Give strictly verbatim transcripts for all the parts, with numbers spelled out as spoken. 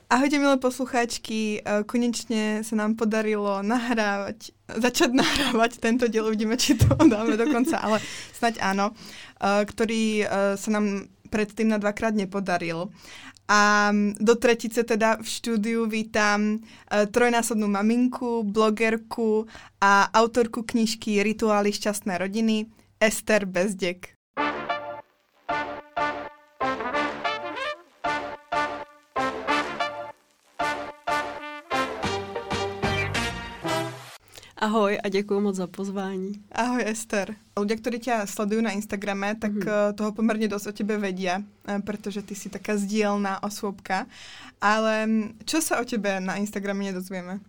Ahojte, milé poslucháčky, konečne sa nám podarilo nahrávať, začať nahrávať tento diel, uvidíme, či to dáme do konca, ale snaď áno, ktorý sa nám predtým na dvakrát nepodaril. A do tretice teda v štúdiu vítam trojnásobnú maminku, blogerku a autorku knižky Rituály šťastné rodiny, Ester Bezdek. Ahoj a děkuji moc za pozvání. Ahoj Ester. Ľudia, ktorí ťa sledujú na Instagrame, tak mm-hmm. toho pomerne dosť o tebe vedia, pretože ty si taká zdielná osôbka. Ale čo sa o tebe na Instagrame nedozvieme?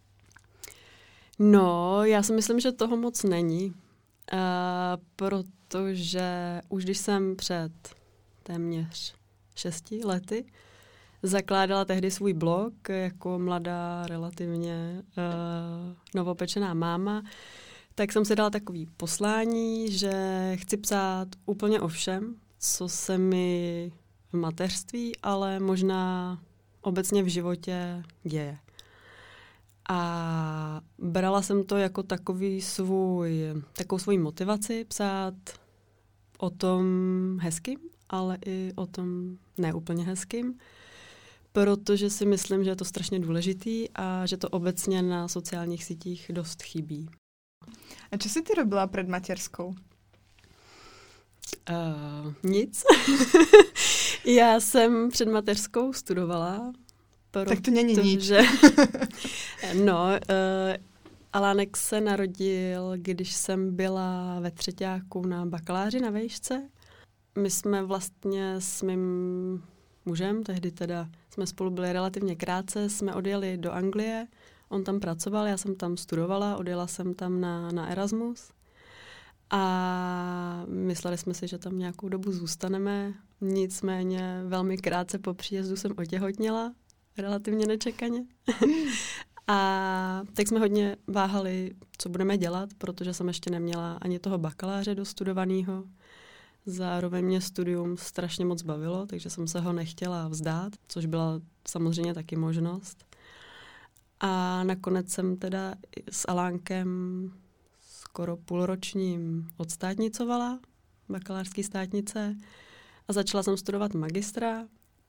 No, já si myslím, že toho moc není, uh, protože už když jsem před téměř šesti lety zakládala tehdy svůj blog jako mladá, relativně uh, novopečená máma, tak jsem si dala takový poslání, že chci psát úplně o všem, co se mi v mateřství, ale možná obecně v životě děje. A brala jsem to jako takový svůj, takovou svou motivaci psát o tom hezkým, ale i o tom neúplně hezkým, protože si myslím, že je to strašně důležitý a že to obecně na sociálních sítích dost chybí. A co jsi ty robila před mateřskou? Uh, nic. Já jsem před mateřskou studovala. Tak to není nic. Že... no, uh, Alánek se narodil, když jsem byla ve třeťáku na bakaláři na vejšce. My jsme vlastně s mým mužem, tehdy teda jsme spolu byli relativně krátce, jsme odjeli do Anglie, on tam pracoval, já jsem tam studovala, odjela jsem tam na, na Erasmus a mysleli jsme si, že tam nějakou dobu zůstaneme, nicméně velmi krátce po příjezdu jsem otěhotněla, relativně nečekaně. A tak jsme hodně váhali, co budeme dělat, protože jsem ještě neměla ani toho bakaláře dostudovanýho. Zároveň mě studium strašně moc bavilo, takže jsem se ho nechtěla vzdát, což byla samozřejmě taky možnost. A nakonec jsem teda s Alánkem skoro půlročním odstátnicovala, bakalářský státnice, a začala jsem studovat magistra,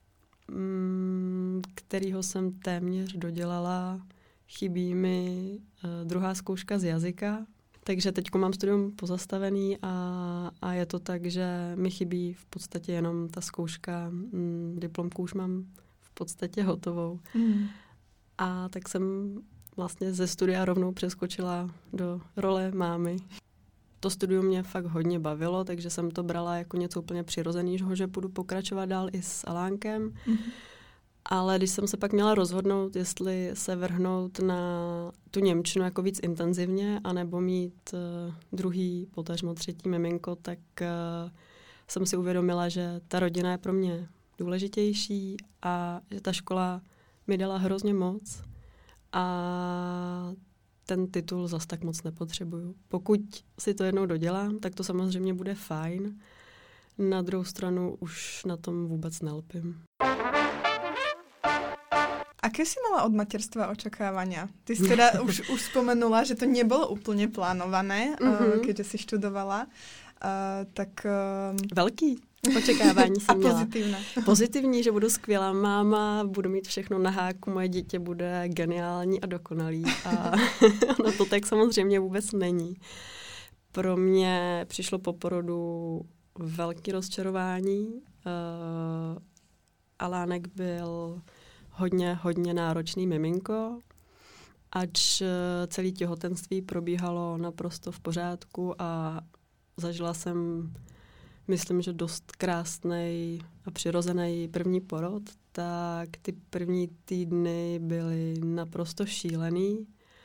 kterýho jsem téměř dodělala. Chybí mi druhá zkouška z jazyka. Takže teď mám studium pozastavený a, a je to tak, že mi chybí v podstatě jenom ta zkouška, mm, diplomku už mám v podstatě hotovou. Mm. A tak jsem vlastně ze studia rovnou přeskočila do role mámy. To studium mě fakt hodně bavilo, takže jsem to brala jako něco úplně přirozeného, že budu pokračovat dál i s Alánkem. Mm. Ale když jsem se pak měla rozhodnout, jestli se vrhnout na tu němčinu jako víc intenzivně, anebo mít uh, druhý, potažmo třetí miminko, tak uh, jsem si uvědomila, že ta rodina je pro mě důležitější a že ta škola mi dala hrozně moc a ten titul zas tak moc nepotřebuju. Pokud si to jednou dodělám, tak to samozřejmě bude fajn. Na druhou stranu už na tom vůbec nelpím. Aké si mala od materstva očakávania? Ty si teda už, už spomenula, že to nebolo úplne plánované, mm-hmm. uh, keďže si študovala. Uh, tak, uh... Velký očekávání jsem měla. A pozitivné. Pozitivní, že budu skvělá máma, budu mít všechno na háku, moje dítě bude geniální a dokonalý. A ono to tak samozřejmě vůbec není. Pro mě přišlo po porodu velké rozčarování. Uh, Alánek byl hodně, hodně náročný miminko, ač celé těhotenství probíhalo naprosto v pořádku a zažila jsem, myslím, že dost krásnej a přirozený první porod, tak ty první týdny byly naprosto šílený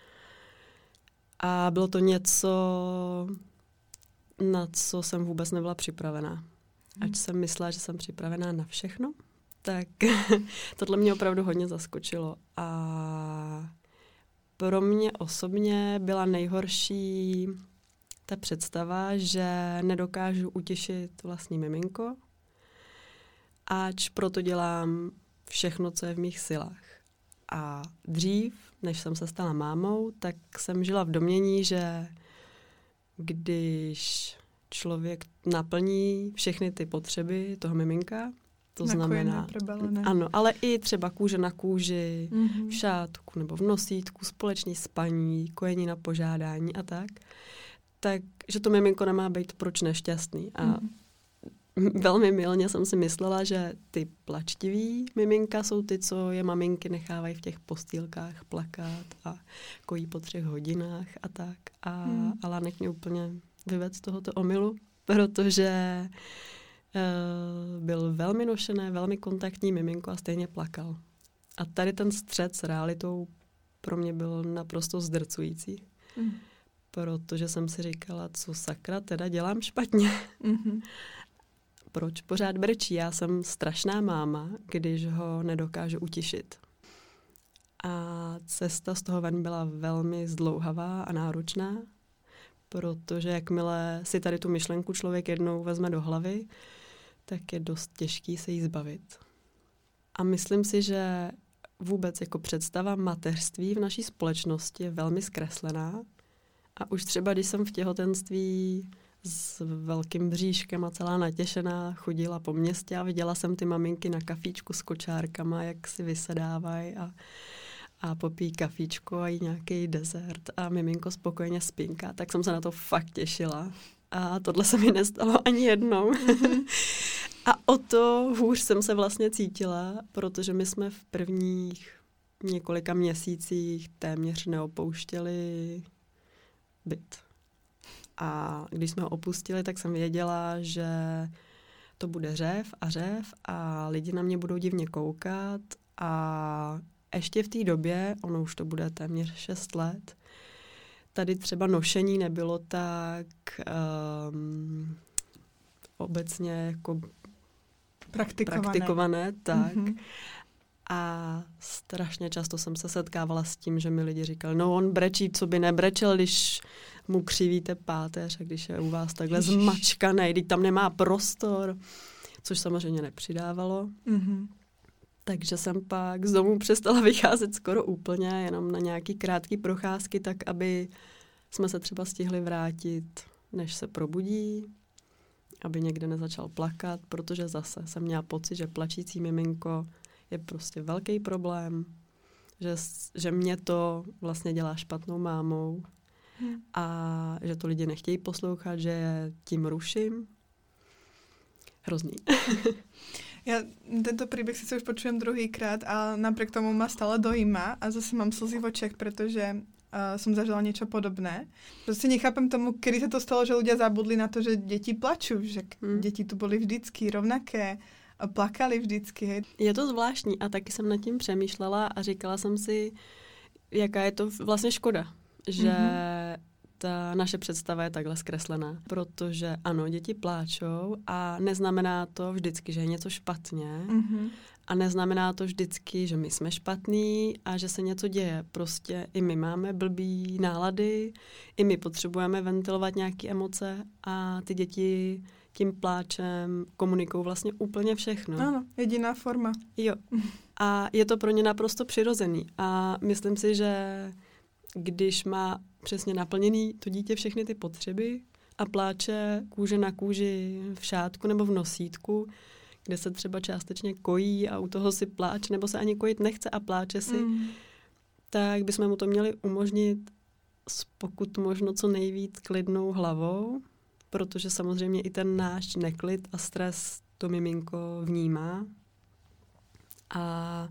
a bylo to něco, na co jsem vůbec nebyla připravená. Ač jsem myslela, že jsem připravená na všechno, tak tohle mě opravdu hodně zaskočilo. A pro mě osobně byla nejhorší ta představa, že nedokážu utěšit vlastní miminko, ač proto dělám všechno, co je v mých silách. A dřív, než jsem se stala mámou, tak jsem žila v domnění, že když člověk naplní všechny ty potřeby toho miminka, to Nakojené, znamená, prebalené. ano, ale i třeba kůže na kůži, Mm-hmm. v šátku nebo v nosítku, společný spaní, kojení na požádání a tak, tak, že to miminko nemá být proč nešťastný. A Mm-hmm. velmi mylně jsem si myslela, že ty plačtivý miminka jsou ty, co je maminky nechávají v těch postýlkách plakat a kojí po třech hodinách a tak. A Hmm. Alánek mě úplně vyvedl z tohoto omylu, protože uh, byl velmi nošené, velmi kontaktní miminko a stejně plakal. A tady ten střet s realitou pro mě byl naprosto zdrcující. Mm. Protože jsem si říkala, co sakra teda dělám špatně. Mm-hmm. Proč pořád brečí? Já jsem strašná máma, když ho nedokážu utišit. A cesta z toho ven byla velmi zdlouhavá a náročná, protože jakmile si tady tu myšlenku člověk jednou vezme do hlavy, tak je dost těžký se jí zbavit. A myslím si, že vůbec jako představa mateřství v naší společnosti je velmi zkreslená. A už třeba, když jsem v těhotenství s velkým bříškem a celá natěšená chodila po městě a viděla jsem ty maminky na kafíčku s kočárkama, jak si vysedávají a, a popíjí kafíčko a jí nějaký dezert a miminko spokojeně spinká, tak jsem se na to fakt těšila. A tohle se mi nestalo ani jednou. A o to hůř jsem se vlastně cítila, protože my jsme v prvních několika měsících téměř neopouštěli byt. A když jsme ho opustili, tak jsem věděla, že to bude řev a řev a lidi na mě budou divně koukat a ještě v té době, ono už to bude téměř šest let, tady třeba nošení nebylo tak um, obecně jako Praktikované. praktikované tak. Mm-hmm. A strašně často jsem se setkávala s tím, že mi lidi říkali, no on brečí, co by nebrečel, když mu křivíte páteř a když je u vás takhle zmačkanej, když tam nemá prostor, což samozřejmě nepřidávalo. Mm-hmm. Takže jsem pak z domu přestala vycházet skoro úplně, jenom na nějaký krátký procházky, tak aby jsme se třeba stihli vrátit, než se probudí, aby někde nezačal plakat, protože zase jsem měla pocit, že plačící miminko je prostě velký problém, že, že mě to vlastně dělá špatnou mámou hmm. a že to lidi nechtějí poslouchat, že je tím ruším. Hrozný. Ja tento príbeh sice už počujem druhýkrát, ale napriek tomu ma stále dojíma a zase mám slzy v očiach, pretože uh, som zažila niečo podobné. Proste nechápem tomu, kedy sa to stalo, že ľudia zabudli na to, že deti plačú, že hmm. deti tu boli vždycky rovnaké, plakali vždycky. Hej. Je to zvláštní a taky jsem nad tím přemýšlela a říkala jsem si, jaká je to vlastně škoda, že mm-hmm. ta naše představa je takhle zkreslená. Protože ano, děti pláčou a neznamená to vždycky, že je něco špatně mm-hmm. a neznamená to vždycky, že my jsme špatní a že se něco děje. Prostě i my máme blbý nálady, i my potřebujeme ventilovat nějaké emoce a ty děti tím pláčem komunikují vlastně úplně všechno. Ano, jediná forma. Jo. A je to pro ně naprosto přirozený. A myslím si, že když má přesně naplněný to dítě všechny ty potřeby a pláče kůže na kůži v šátku nebo v nosítku, kde se třeba částečně kojí a u toho si pláče, nebo se ani kojit nechce a pláče si, mm. tak bychom mu to měli umožnit s pokud možno co nejvíc klidnou hlavou, protože samozřejmě i ten náš neklid a stres to miminko vnímá. A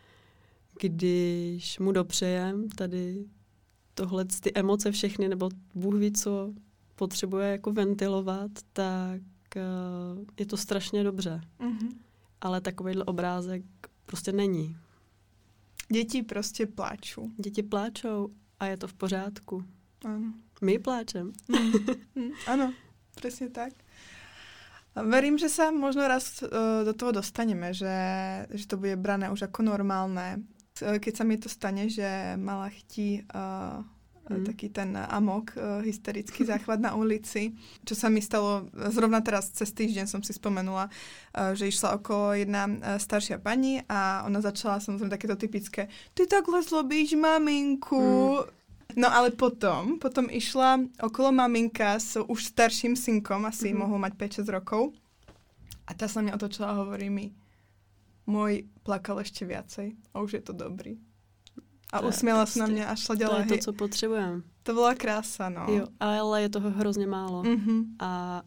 když mu dopřejem tady tohle, ty emoce všechny, nebo Bůh ví, co potřebuje jako ventilovat, tak uh, je to strašně dobře. Mm-hmm. Ale takovýhle obrázek prostě není. Děti prostě pláčou. Děti pláčou a je to v pořádku. Ano. My pláčem. Mm. Mm, ano, presne tak. Verím, že sa možno raz uh, do toho dostaneme, že, že to bude brané už ako normálne. Keď sa mi to stane, že malá chytí uh, mm. taký ten amok, hysterický záchvat na ulici. Čo sa mi stalo zrovna teraz cez týždeň, som si spomenula, že išla okolo jedna staršia pani a ona začala samozrejme takéto typické ty takhle zlobíš maminku. Mm. No ale potom, potom išla okolo maminka s už starším synkom, asi mm. mohol mať päť šesť rokov. A tá sa mňa otočila a hovorí mi, môj plakal ešte viacej a už je to dobrý. A usměla se na mě a šla dělat. To je to, co potřebujeme. To byla krása, no. Jo, ale je toho hrozně málo. Mm-hmm. A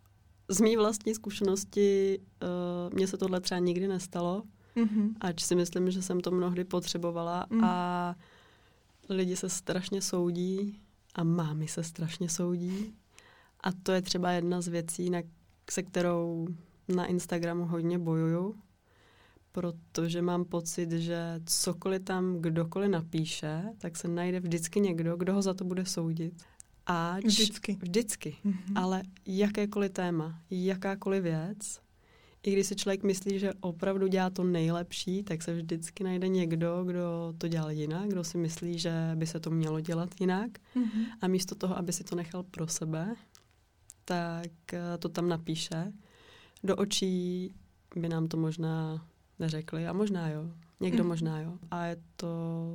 z mý vlastní zkušenosti uh, mně se tohle třeba nikdy nestalo, mm-hmm. ač si myslím, že jsem to mnohdy potřebovala mm. a lidi se strašně soudí a mámy se strašně soudí a to je třeba jedna z věcí, na, se kterou na Instagramu hodně bojuju, protože mám pocit, že cokoliv tam kdokoliv napíše, tak se najde vždycky někdo, kdo ho za to bude soudit. Ač, vždycky. Vždycky. Mm-hmm. Ale jakékoliv téma, jakákoliv věc, i když si člověk myslí, že opravdu dělá to nejlepší, tak se vždycky najde někdo, kdo to dělal jinak, kdo si myslí, že by se to mělo dělat jinak. Mm-hmm. A místo toho, aby si to nechal pro sebe, tak to tam napíše. Do očí by nám to možná neřekli a možná jo. Někdo mm. možná jo. A je to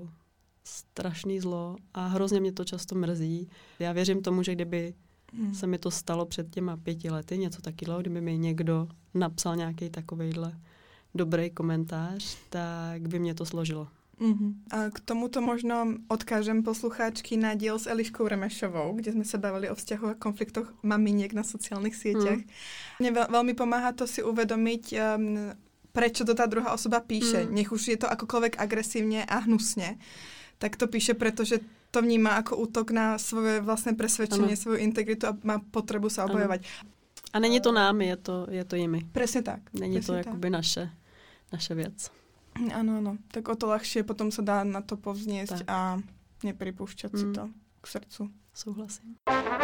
strašný zlo a hrozně mě to často mrzí. Já věřím tomu, že kdyby mm. se mi to stalo před těma pěti lety, něco takového, kdyby mi někdo napsal nějaký takovejhle dobrý komentář, tak by mě to složilo. Mm-hmm. A k tomuto možno odkážem poslucháčky na diel s Eliškou Remešovou, kde sme sa bavili o vzťahoch a konfliktoch maminiek na sociálnych sieťach. Mm. Mne veľ, veľmi pomáha to si uvedomiť, um, prečo to tá druhá osoba píše. Mm. Nech už je to akokoľvek agresívne a hnusne, tak to píše, pretože to vníma ako útok na svoje vlastné presvedčenie, ano. Svoju integritu a má potrebu sa obojovať. A není to námi, je to, je to jimi. Presne tak. Není presne to tak. jakoby naše, naše věc. Áno, áno. Tak o to ľahšie potom sa dá na to povzniesť tak. A nepripúšťať mm. si to k srdcu. Souhlasím.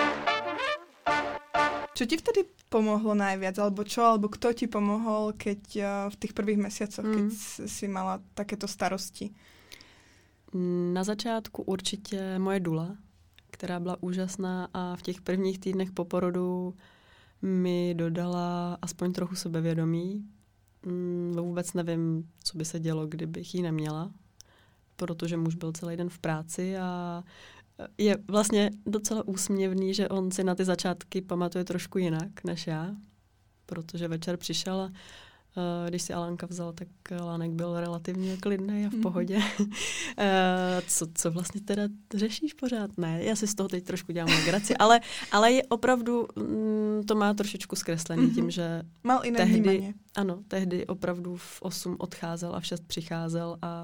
Čo ti vtedy pomohlo najviac? Alebo čo? Alebo kto ti pomohol, keď v tých prvých mesiacoch, mm. keď si mala takéto starosti? Na začátku určitě moje dula, která byla úžasná a v těch prvních týdnech po porodu mi dodala aspoň trochu sebevědomí. Vůbec nevím, co by se dělo, kdybych ji neměla, protože muž byl celý den v práci a je vlastně docela úsměvný, že on si na ty začátky pamatuje trošku jinak než já, protože večer přišel a když si Alanka vzal, tak Lánek byl relativně klidný a v pohodě. Mm-hmm. co, co vlastně teda řešíš pořád? Ne, já si z toho teď trošku dělám legraci, ale, ale je opravdu, to má trošičku zkreslený mm-hmm. tím, že mal jiné tehdy, vnímání. Ano, tehdy opravdu v osm odcházel a v šest přicházel a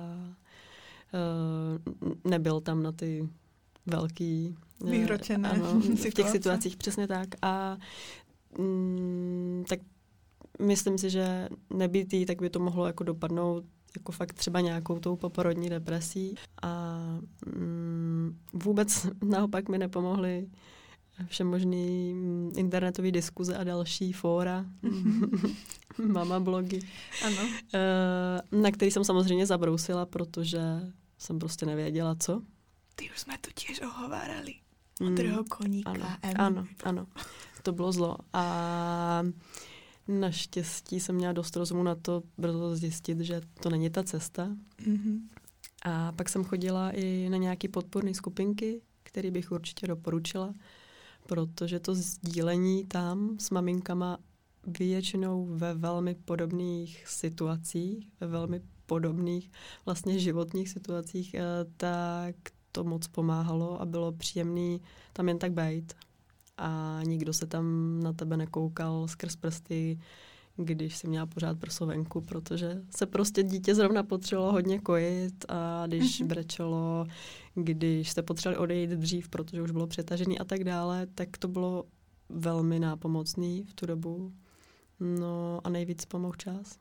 uh, nebyl tam na ty velký vyhročené ano, v těch situacích, přesně tak. A mm, tak myslím si, že nebýt jí, tak by to mohlo jako dopadnout jako fakt třeba nějakou tou poporodní depresí. A mm, vůbec naopak mi nepomohly všemožný internetové diskuze a další fóra, mama blogy, ano. na který jsem samozřejmě zabrousila, protože jsem prostě nevěděla, co. Ty už jsme tu těž ohovárali. Modrého mm, koníka. Ano, ano, ano, to bylo zlo. A naštěstí jsem měla dost rozumu na to brzo zjistit, že to není ta cesta. Mm-hmm. A pak jsem chodila i na nějaké podporné skupinky, které bych určitě doporučila, protože to sdílení tam s maminkama většinou ve velmi podobných situacích, ve velmi podobných vlastně životních situacích, tak to moc pomáhalo a bylo příjemný tam jen tak bejt. A nikdo se tam na tebe nekoukal skrz prsty, když jsi měla pořád prso venku, protože se prostě dítě zrovna potřebovalo hodně kojit a když mm-hmm. brečelo, když jste potřebovali odejít dřív, protože už bylo přetažený a tak dále, tak to bylo velmi nápomocný v tu dobu. No a nejvíc pomohl čas.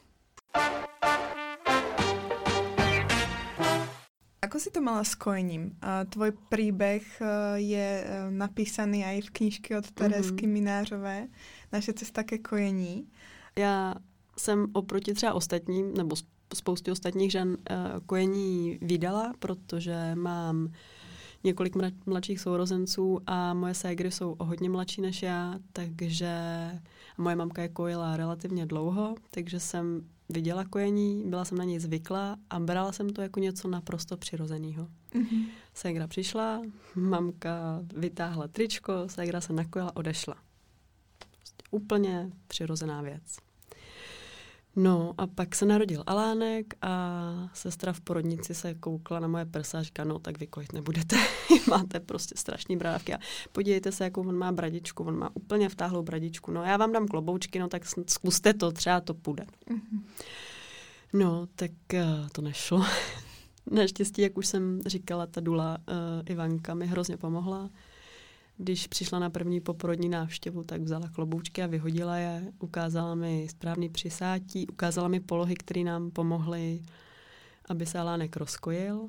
Ako si to mala s kojením? Tvoj príbeh je napísaný aj v knížke od Teresky mm-hmm. Minářové, Naše cesta ke kojení. Já jsem oproti třeba ostatním, nebo spoustě ostatních žen kojení vydala, protože mám několik mladších sourozenců a moje ségry jsou o hodně mladší než já, takže a moje mamka je kojila relativně dlouho, takže jsem viděla kojení, byla jsem na něj zvyklá a brala jsem to jako něco naprosto přirozeného. Mm-hmm. Ségra přišla, mamka vytáhla tričko, ségra se nakojila, odešla. Prostě úplně přirozená věc. No a pak se narodil Alánek a sestra v porodnici se koukla na moje prsa a říká, no tak vy kojit nebudete, máte prostě strašný bradavky a podívejte se, jakou on má bradičku, on má úplně vtáhlou bradičku, no já vám dám kloboučky, no tak zkuste to, třeba to půjde. Mm-hmm. No, tak uh, to nešlo. Naštěstí, jak už jsem říkala, ta dula uh, Ivanka mi hrozně pomohla. Když přišla na první poporodní návštěvu, tak vzala kloboučky a vyhodila je, ukázala mi správný přisátí, ukázala mi polohy, které nám pomohly, aby se Alánek rozkojil.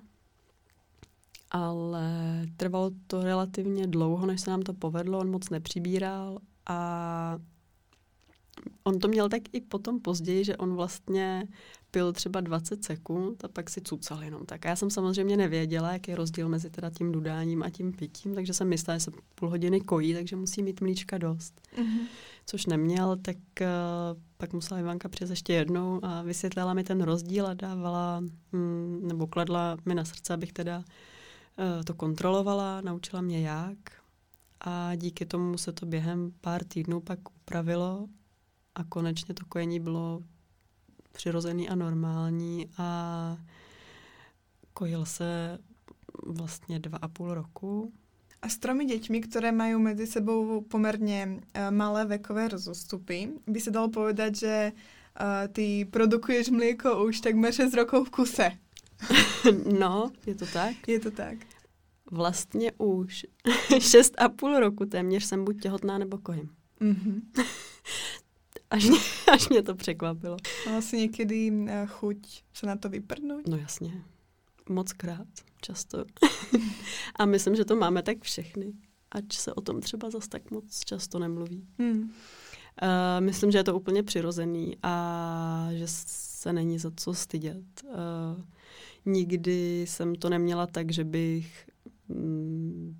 Ale trvalo to relativně dlouho, než se nám to povedlo, on moc nepřibíral a on to měl tak i potom později, že on vlastně pil třeba dvacet sekund a pak si cucal jenom tak. A já jsem samozřejmě nevěděla, jaký je rozdíl mezi teda tím dudáním a tím pitím, takže jsem myslela, že se půl hodiny kojí, takže musí mít mlíčka dost. Mm-hmm. Což neměl, tak uh, pak musela Ivanka přijet ještě jednou a vysvětlila mi ten rozdíl a dávala, mm, nebo kladla mi na srdce, abych teda uh, to kontrolovala, naučila mě jak. A díky tomu se to během pár týdnů pak upravilo a konečně to kojení bylo přirozený a normální a kojil se vlastně dva a půl roku. A s tromi děťmi, ktoré majú medzi sebou pomerne uh, malé vekové rozostupy, by sa dalo povedať, že uh, ty produkuješ mlieko už takmer šesť rokov v kuse. No, je to tak. Je to tak. Vlastně už šest a půl roku téměř jsem buď těhotná nebo kojím. Mm-hmm. Až mě, až mě to překvapilo. Mala si někdy uh, chuť se na to vyprdnout? No jasně. Mockrát. Často. A myslím, že to máme tak všechny. Ač se o tom třeba zas tak moc často nemluví. Hmm. Uh, myslím, že je to úplně přirozený a že se není za co stydět. Uh, nikdy jsem to neměla tak, že bych mm,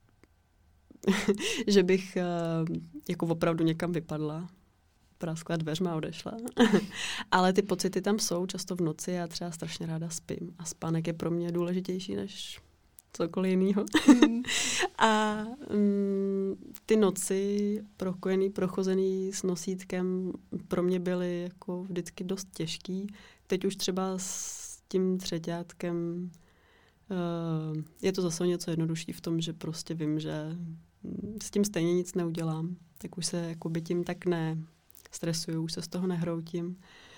že bych uh, jako opravdu někam vypadla. Práskla dveřma a odešla. Ale ty pocity tam jsou často v noci. Já třeba strašně ráda spím. A spánek je pro mě důležitější než cokoliv jiného. Mm. A mm, ty noci prokojený, prochozený s nosítkem pro mě byly jako vždycky dost těžký. Teď už třeba s tím třeťátkem uh, je to zase něco jednodušší v tom, že prostě vím, že s tím stejně nic neudělám. Tak už se jakoby tím tak ne stresuju, už se z toho nehroutím,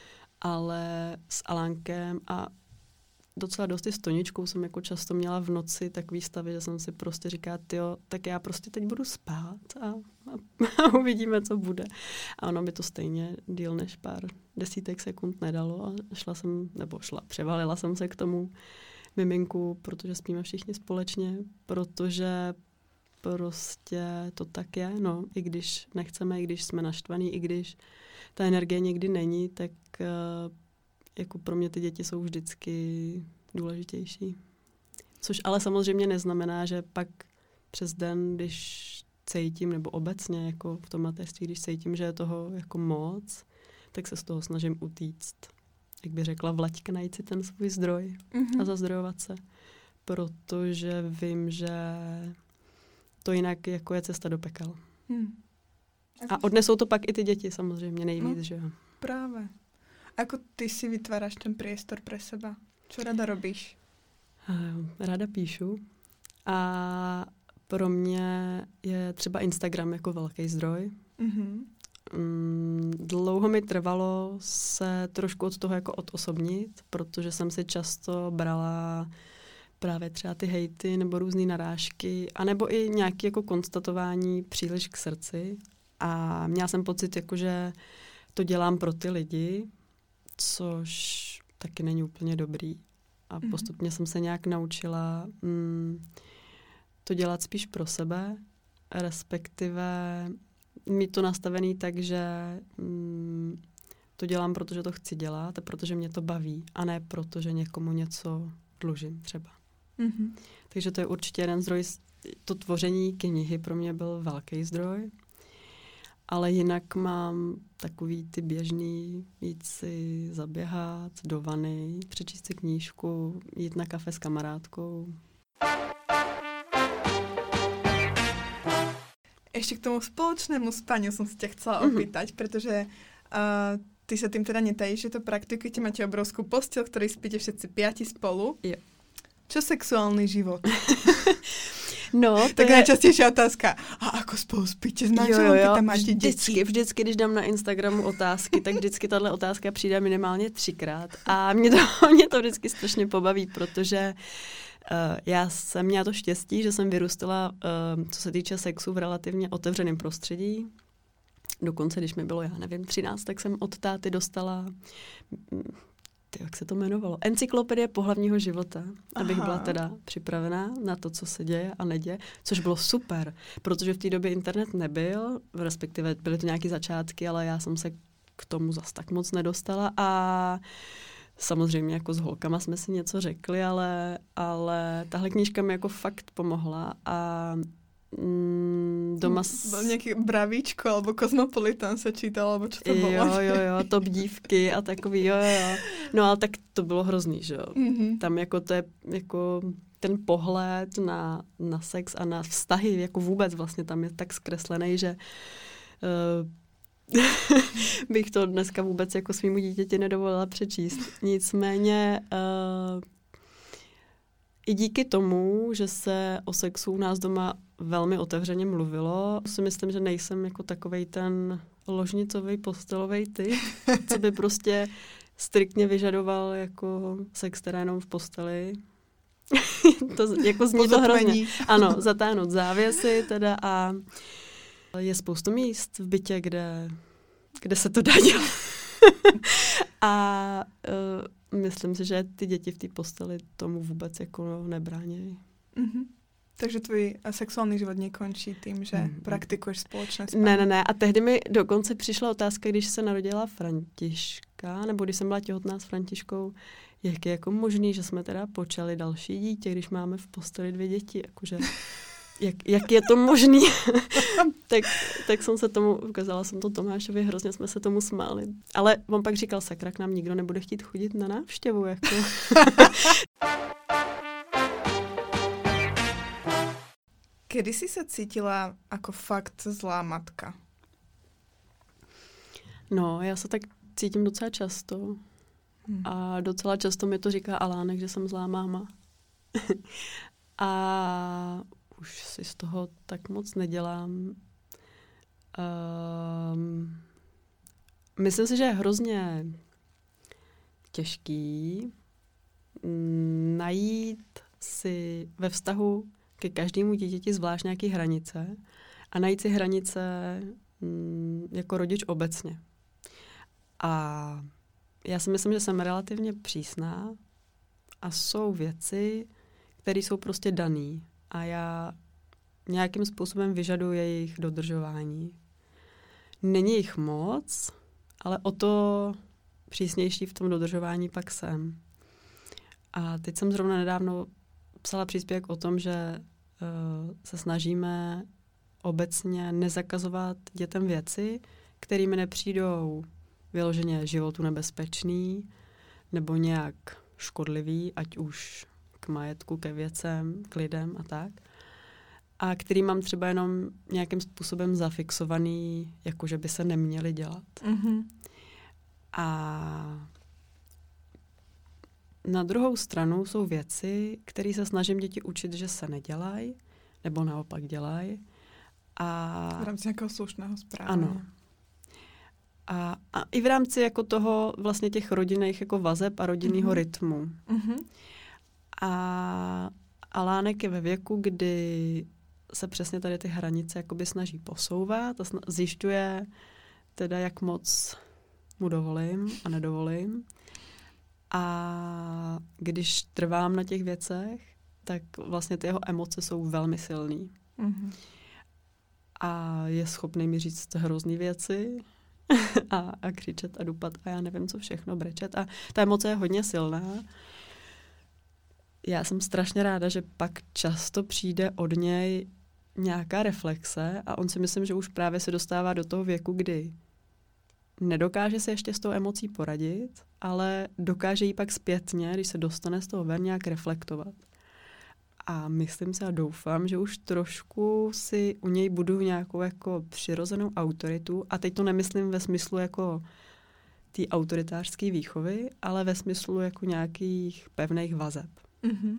ale s Alánkem a docela dost i s Toničkou jsem jako často měla v noci takový stavy, že jsem si prostě říkala, tyjo, tak já prostě teď budu spát a, a, a uvidíme, co bude. A ono by to stejně díl než pár desítek sekund nedalo a šla jsem, nebo šla, převalila jsem se k tomu miminku, protože spíme všichni společně, protože prostě to tak je, no, i když nechceme, i když jsme naštvaní, i když ta energie někdy není, tak uh, jako pro mě ty děti jsou vždycky důležitější. Což ale samozřejmě neznamená, že pak přes den, když cítím, nebo obecně jako v tom mateřství, když cítím, že je toho jako moc, tak se z toho snažím utíct. Jak by řekla Vlaďka, najít si ten svůj zdroj mm-hmm. a zazdrojovat se. Protože vím, že to jinak jako je cesta do pekel. Hmm. A odnesou to pak i ty děti samozřejmě nejvíc, no, že jo. Právě. Ako ty si vytváráš ten priestor pre seba? Čo rada robíš? Ráda píšu. A pro mě je třeba Instagram jako velký zdroj. Mm-hmm. Dlouho mi trvalo se trošku od toho jako odosobnit, protože jsem si často brala právě třeba ty hejty nebo různý narážky, anebo i nějaké jako konstatování příliš k srdci. A měla jsem pocit, jako, že to dělám pro ty lidi, což taky není úplně dobrý. A mm-hmm. postupně jsem se nějak naučila mm, to dělat spíš pro sebe, respektive mít to nastavený tak, že mm, to dělám, protože to chci dělat a protože mě to baví, a ne protože někomu něco dlužím třeba. Mm-hmm. Takže to je určitě jeden zdroj. To tvoření knihy pro mě byl velký zdroj. Ale jinak mám takový ty běžný, jít si zaběhat do vany, přečíst si knížku, jít na kafe s kamarádkou. Ešte k tomu spoločnému spaniu som sa ťa chcela opýtať, mm-hmm. pretože uh, ty sa tým teda netajíš, že to praktikujete, máte obrovskú posteľ, v ktorej spíte všetci piati spolu. Jo. Čo sexuálny život? No, to tak je... najčastejšia otázka. A ako spolu spíte s manželom, keď tam máte vždycky, děti? Vždycky, když dám na Instagramu otázky, tak vždycky tahle otázka přijde minimálně třikrát. A mě to, mě to vždycky strašně pobaví, protože uh, já jsem měla to štěstí, že jsem vyrůstala, uh, co se týče sexu, v relativně otevřeném prostředí. Dokonce, když mi bylo, já nevím, třináct, tak jsem od táty dostala... Ty, jak se to jmenovalo? Encyklopedie pohlavního života, abych Aha. byla teda připravená na to, co se děje a neděje, což bylo super, protože v té době internet nebyl, respektive byly to nějaké začátky, ale já jsem se k tomu zas tak moc nedostala a samozřejmě jako s holkama jsme si něco řekli, ale, ale tahle knížka mi jako fakt pomohla a Mm, doma... S... Byl nějaký Bravíčko, alebo Cosmopolitan se čítal, alebo čo to bylo? Jo, jo, jo, Top dívky a takový, jo, jo. No ale tak to bylo hrozný, že jo. Mm-hmm. Tam jako to je jako ten pohled na, na sex a na vztahy, jako vůbec vlastně tam je tak zkreslený, že uh, bych to dneska vůbec jako svýmu dítěti nedovolila přečíst. Nicméně uh, i díky tomu, že se o sexu u nás doma velmi otevřeně mluvilo, si myslím, že nejsem jako takovej ten ložnicový postelový typ, co by prostě striktně vyžadoval jako sex teda jenom v posteli. To jako zní to hrozně. Ano, zatáhnout závěsy teda a je spoustu míst v bytě, kde, kde se to dá dělat. A uh, myslím si, že ty děti v té posteli tomu vůbec jako nebránějí. Mm-hmm. Takže tvůj sexuální život nekončí tím, že mm. praktikuješ společné spání? Ne, ne, ne. A tehdy mi dokonce přišla otázka, když se narodila Františka, nebo když jsem byla těhotná s Františkou, jak je jako možný, že jsme teda počali další dítě, když máme v posteli dvě děti. Jakože, jak, jak je to možný? tak, tak jsem se tomu, ukázala jsem to Tomášovi, hrozně jsme se tomu smáli. Ale on pak říkal, sakra, k nám nikdo nebude chtít chodit na návštěvu. Jako. Kedy si sa cítila ako fakt zlá matka? No, já se tak cítím docela často. Hmm. A docela často mi to říká Alánek, že jsem zlá máma. A už si z toho tak moc nedělám. Um, myslím si, že je hrozně těžký najít si ve vztahu ke každému dítěti zvlášť nějaké hranice a najít si hranice mm, jako rodič obecně. A já si myslím, že jsem relativně přísná a jsou věci, které jsou prostě daný a já nějakým způsobem vyžaduji jejich dodržování. Není jich moc, ale o to přísnější v tom dodržování pak jsem. A teď jsem zrovna nedávno psala příspěvek o tom, že uh, se snažíme obecně nezakazovat dětem věci, kterými nepřijdou vyloženě životu nebezpečný nebo nějak škodlivý, ať už k majetku, ke věcem, k lidem a tak. A který mám třeba jenom nějakým způsobem zafixovaný, jako že by se neměly dělat. Mm-hmm. A na druhou stranu jsou věci, které se snažím děti učit, že se nedělají, nebo naopak dělají. A... V rámci nějakého slušného správně. Ano. A, a i v rámci jako toho vlastně těch rodinných jako vazeb a rodinného mm-hmm. rytmu. Mm-hmm. A Alánek je ve věku, kdy se přesně tady ty hranice jakoby snaží posouvat a sna- zjišťuje teda, jak moc mu dovolím a nedovolím. A když trvám na těch věcech, tak vlastně ty jeho emoce jsou velmi silný. Mm-hmm. A je schopný mi říct hrozný věci a, a křičet a dupat a já nevím, co všechno, brečet. A ta emoce je hodně silná. já jsem strašně ráda, že pak často přijde od něj nějaká reflexe a on si myslím, že už právě se dostává do toho věku, kdy nedokáže se ještě s tou emocí poradit, ale dokáže jí pak zpětně, když se dostane z toho ven, nějak reflektovat. A myslím si a doufám, že už trošku si u něj budu nějakou jako přirozenou autoritu. A teď to nemyslím ve smyslu jako té autoritářské výchovy, ale ve smyslu jako nějakých pevných vazeb. Mm-hmm.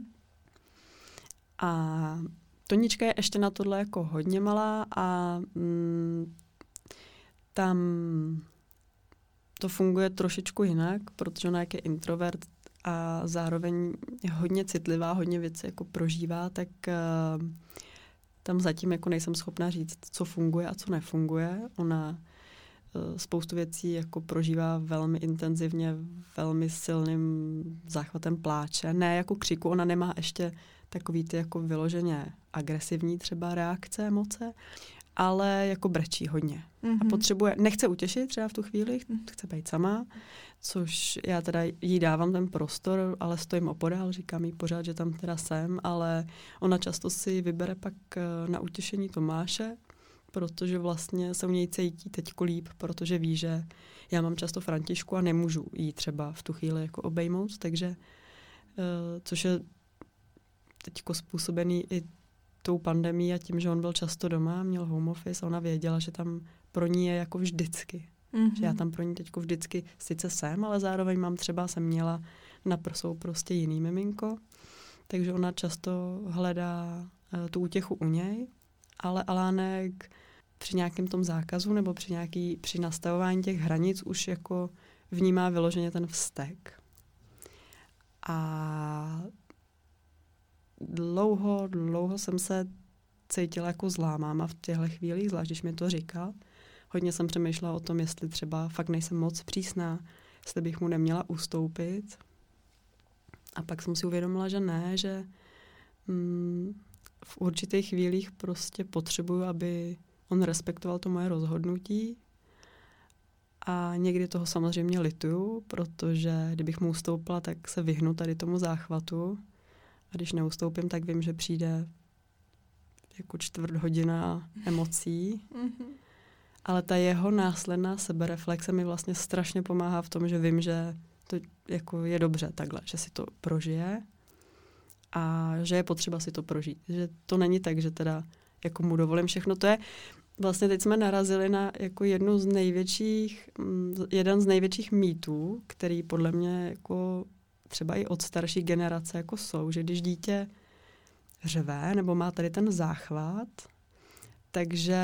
A Tonička je ještě na tohle jako hodně malá a mm, tam to funguje trošičku jinak, protože ona jak je introvert a zároveň je hodně citlivá, hodně věcí jako prožívá, tak uh, tam zatím jako nejsem schopná říct, co funguje a co nefunguje. Ona uh, spoustu věcí jako prožívá velmi intenzivně, velmi silným záchvatem pláče. Ne jako křiku, ona nemá ještě takový ty jako vyloženě agresivní třeba reakce, emoce, ale jako brečí hodně. Mm-hmm. A potřebuje, nechce utěšit třeba v tu chvíli, chce být sama, což já teda jí dávám ten prostor, ale stojím opodál, říkám jí pořád, že tam teda jsem, ale ona často si vybere pak na utěšení Tomáše, protože vlastně se u něj cítí teďko líp, protože ví, že já mám často Františku a nemůžu jí třeba v tu chvíli jako obejmout, takže což je teďko způsobený i tou pandemií a tím, že on byl často doma, měl home office a ona věděla, že tam pro ní je jako vždycky. Mm-hmm. Že já tam pro ní teďko vždycky sice jsem, ale zároveň mám třeba, jsem měla na prsou prostě jiný miminko, takže ona často hledá uh, tu útěchu u něj, ale Alánek při nějakém tom zákazu nebo při, nějaký, při nastavování těch hranic už jako vnímá vyloženě ten vztek. A dlouho, dlouho jsem se cítila jako zlá máma v těchto chvílích, zvlášť když mi to říkal. Hodně jsem přemýšlela o tom, jestli třeba fakt nejsem moc přísná, jestli bych mu neměla ustoupit. A pak jsem si uvědomila, že ne, že mm, v určitých chvílích prostě potřebuju, aby on respektoval to moje rozhodnutí. A někdy toho samozřejmě lituju, protože kdybych mu ustoupila, tak se vyhnu tady tomu záchvatu. A když neustoupím, tak vím, že přijde jako čtvrt hodina emocí. Mm-hmm. Ale ta jeho následná sebereflexe mi vlastně strašně pomáhá v tom, že vím, že to jako je dobře takhle, že si to prožije a že je potřeba si to prožít. Že to není tak, že teda jako mu dovolím všechno. To je vlastně teď jsme narazili na jako jednu z největších, jeden z největších mýtů, který podle mě jako třeba i od starší generace jako jsou, že když dítě řve nebo má tady ten záchvat, takže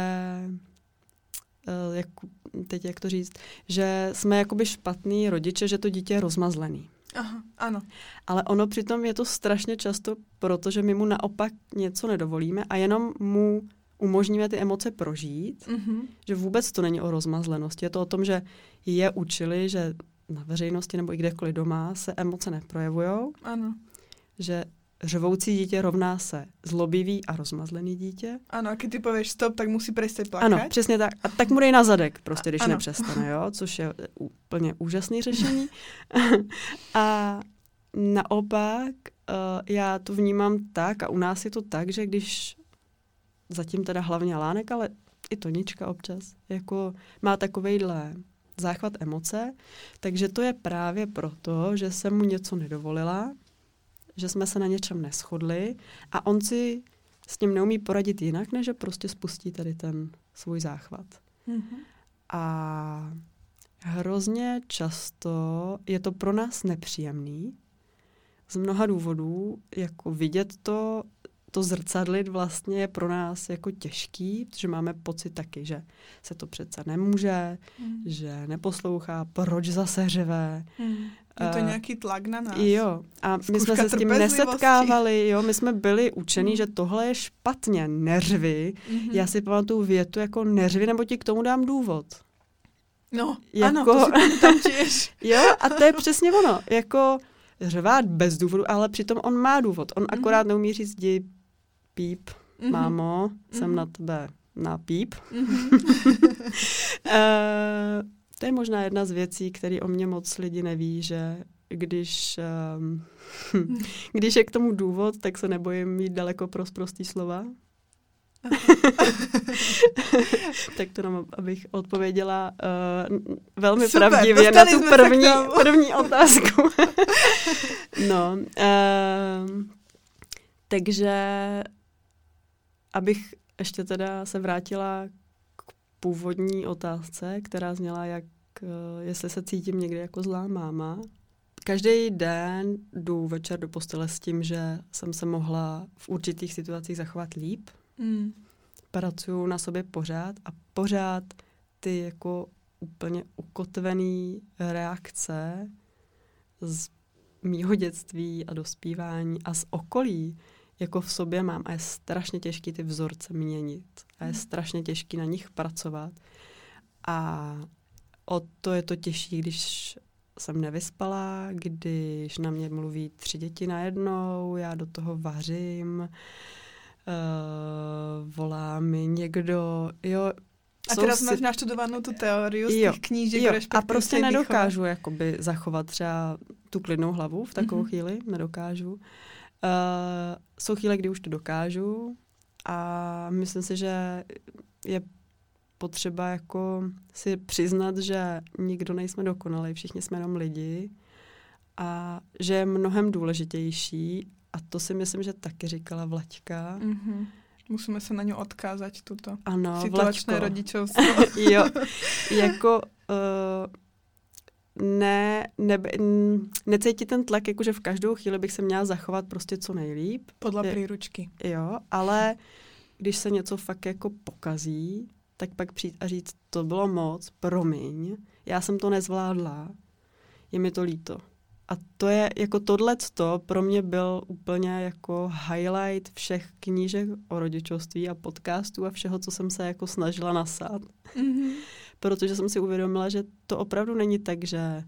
jak, teď jak to říct, že jsme jakoby špatný rodiče, že to dítě je rozmazlený. Aha, ano. Ale ono přitom je to strašně často, protože my mu naopak něco nedovolíme a jenom mu umožníme ty emoce prožít, mm-hmm. že vůbec to není o rozmazlenosti. Je to o tom, že je učili, že na veřejnosti nebo i kdekoliv doma se emoce neprojevujou. Ano. Že řvoucí dítě rovná se zlobivý a rozmazlený dítě. Ano, a když ty pověš stop, tak musí přestat plakat. Ano, přesně tak. A tak mu dej na zadek, prostě, když ano. nepřestane, jo, což je úplně úžasné řešení. A naopak uh, já to vnímám tak a u nás je to tak, že když zatím teda hlavně Alánek, ale i Tonička občas, jako má takovejhle záchvat emoce, takže to je právě proto, že jsem mu něco nedovolila, že jsme se na něčem neshodli a on si s tím neumí poradit jinak, než že prostě spustí tady ten svůj záchvat. Mm-hmm. A hrozně často je to pro nás nepříjemný z mnoha důvodů, jako vidět to, to zrcadlit vlastně je pro nás jako těžký, protože máme pocit taky, že se to přece nemůže, mm. že neposlouchá, proč zase řve. Mm. Je to uh, nějaký tlak na nás. Jo, a my jsme se s tím nesetkávali, jo, my jsme byli učení, mm. že tohle je špatně, neřvi. Mm-hmm. Já si pamatuju větu jako neřvi, nebo ti k tomu dám důvod. No, jako, ano, to si tam těž. Jo, a to je přesně ono, jako řvát bez důvodu, ale přitom on má důvod. On mm-hmm. akorát neumí říct, jdi píp, mm-hmm. mámo, mm-hmm. jsem na tebe na píp. Mm-hmm. uh, to je možná jedna z věcí, které o mě moc lidi neví, že když, um, když je k tomu důvod, tak se nebojím mít daleko pro prostý slova. Tak to nám, abych odpověděla uh, velmi Super, pravdivě na tu první, první otázku. No, uh, takže abych ještě teda se vrátila k původní otázce, která zněla, jak, uh, jestli se cítím někdy jako zlá máma. Každý den jdu večer do postele s tím, že jsem se mohla v určitých situacích zachovat líp. Mm. Pracuju na sobě pořád a pořád ty jako úplně ukotvený reakce z mýho dětství a dospívání a z okolí jako v sobě mám a je strašně těžký ty vzorce měnit a je strašně těžký na nich pracovat a o to je to těžší, když jsem nevyspala, když na mě mluví tři děti najednou, já do toho vařím, Uh, volá mi někdo, jo. A teraz si... máš naštudovanou tu teoriu z těch knížek, jo, a prostě nedokážu výchova. Jakoby zachovat třeba tu klidnou hlavu v takovou mm-hmm. chvíli, nedokážu. Uh, jsou chvíle, kdy už to dokážu a myslím si, že je potřeba jako si přiznat, že nikdo nejsme dokonalý, všichni jsme jenom lidi a že je mnohem důležitější. A to si myslím, že taky říkala Vlaďka. Mm-hmm. Musíme se na ňu odkázat, tuto ano, situačné rodičovstvo. Jo, jako uh, ne, ne, necítit ten tlak, jakože v každou chvíli bych se měla zachovat prostě co nejlíp. Podle příručky. Jo, ale když se něco fakt jako pokazí, tak pak přijít a říct, to bylo moc, promiň, já jsem to nezvládla, je mi to líto. A to je, jako tohleto pro mě byl úplně jako highlight všech knížek o rodičovství a podcastů a všeho, co jsem se jako snažila nasát. Mm-hmm. Protože jsem si uvědomila, že to opravdu není tak, že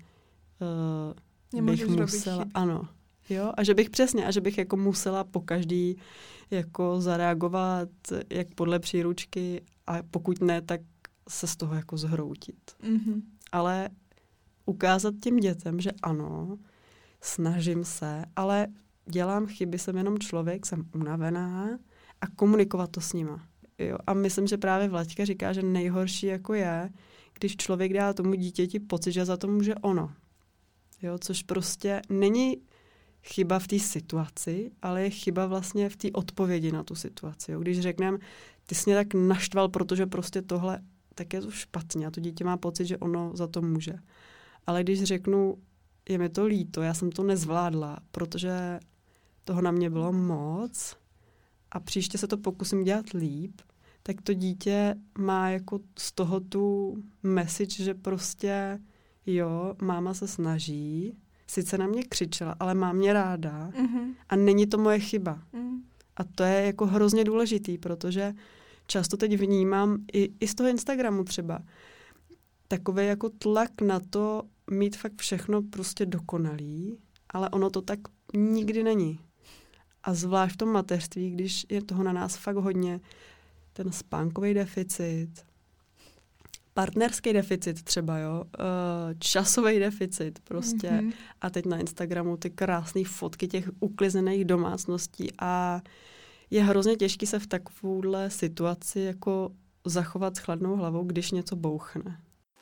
uh, bych musela, ano, jo, a že bych přesně, a že bych jako musela po každý jako zareagovat jak podle příručky a pokud ne, tak se z toho jako zhroutit. Mm-hmm. Ale ukázat těm dětem, že ano, snažím se, ale dělám chyby, jsem jenom člověk, jsem unavená a komunikovat to s nima. Jo? A myslím, že právě Vlaďka říká, že nejhorší jako je, když člověk dá tomu dítěti pocit, že za to může ono. Jo? Což prostě není chyba v té situaci, ale je chyba vlastně v té odpovědi na tu situaci. Jo? Když řekneme, ty jsi mě tak naštval, protože prostě tohle, tak je to špatně a to dítě má pocit, že ono za to může. Ale když řeknu, je mi to líto, já jsem to nezvládla, protože toho na mě bylo moc a příště se to pokusím dělat líp, tak to dítě má jako z toho tu message, že prostě jo, máma se snaží, sice na mě křičela, ale má mě ráda mm-hmm. a není to moje chyba. Mm. A to je jako hrozně důležitý, protože často teď vnímám i, i z toho Instagramu třeba, takový jako tlak na to mít fakt všechno prostě dokonalý, ale ono to tak nikdy není. A zvlášť v tom mateřství, když je toho na nás fakt hodně, ten spánkový deficit, partnerský deficit třeba, jo, časový deficit prostě. Mm-hmm. A teď na Instagramu ty krásné fotky těch uklizených domácností a je hrozně těžký se v takovouhle situaci jako zachovat s chladnou hlavou, když něco bouchne.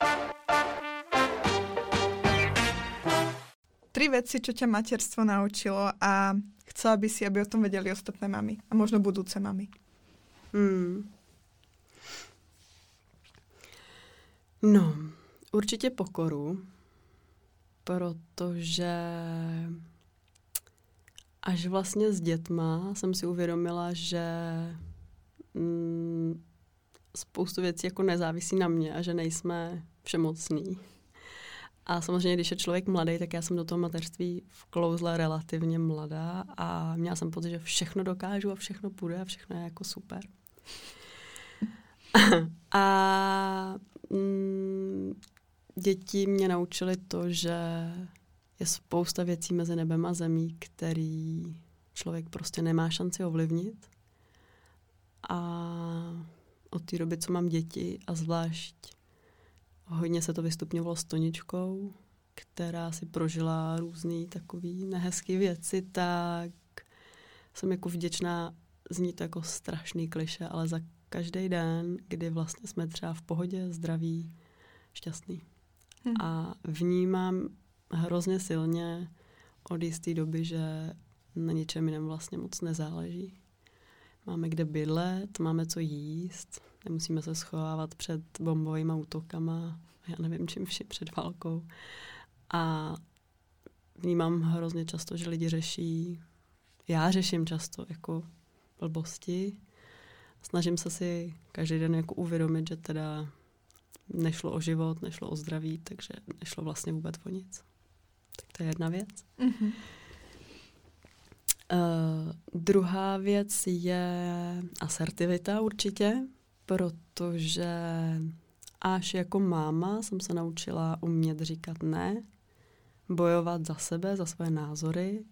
Tri veci, čo ťa materstvo naučilo a chcela by si, aby o tom vedeli ostatné mamy a možno budúce mamy. Hmm. No, určitě pokoru, protože až vlastně s dětma jsem si uvědomila, že mm, spoustu věcí jako nezávisí na mě a že nejsme všemocní. A samozřejmě, když je člověk mladý, tak já jsem do toho mateřství vklouzla relativně mladá a měla jsem pocit, že všechno dokážu a všechno půjde a všechno je jako super. A mm, děti mě naučily to, že je spousta věcí mezi nebem a zemí, který člověk prostě nemá šanci ovlivnit. A od té doby, co mám děti, a zvlášť hodně se to vystupňovalo s Toničkou, která si prožila různý takový nehezký věci, tak jsem jako vděčná, zní to jako strašný klišé, ale za každý den, kdy vlastně jsme třeba v pohodě, zdraví, šťastný. Hmm. A vnímám hrozně silně od jisté doby, že na ničem jiném vlastně moc nezáleží. Máme kde bydlet, máme co jíst, nemusíme se schovávat před bombovými útokama, já nevím čím vším, před válkou. A vnímám hrozně často, že lidi řeší, já řeším často jako blbosti. Snažím se si každý den jako uvědomit, že teda nešlo o život, nešlo o zdraví, takže nešlo vlastně vůbec o nic. Tak to je jedna věc. Mm-hmm. Uh, druhá věc je asertivita určitě, protože až jako máma jsem se naučila umět říkat ne, bojovat za sebe, za své názory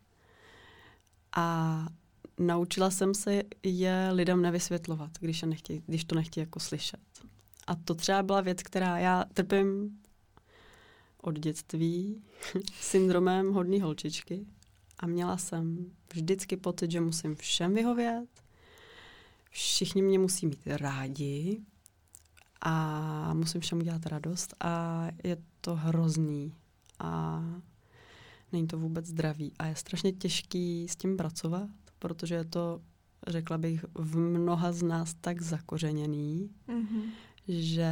a naučila jsem se je lidem nevysvětlovat, když, je nechtěj, když to nechtějí jako slyšet. A to třeba byla věc, která já trpím od dětství syndromem hodný holčičky a měla jsem vždycky pocit, že musím všem vyhovět, všichni mě musí mít rádi a musím všem udělat radost a je to hrozný a není to vůbec zdravý a je strašně těžký s tím pracovat, protože je to, řekla bych, v mnoha z nás tak zakořeněný, mm-hmm. že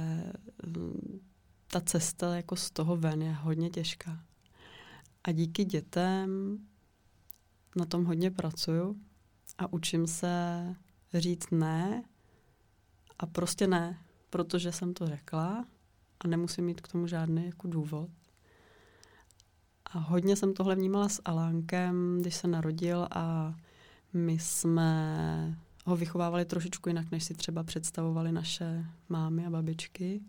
ta cesta jako z toho ven je hodně těžká. A díky dětem na tom hodně pracuju a učím se říct ne a prostě ne, protože jsem to řekla a nemusím mít k tomu žádný jako důvod. A hodně jsem tohle vnímala s Alánkem, když se narodil a my jsme ho vychovávali trošičku jinak, než si třeba představovali naše mámy a babičky.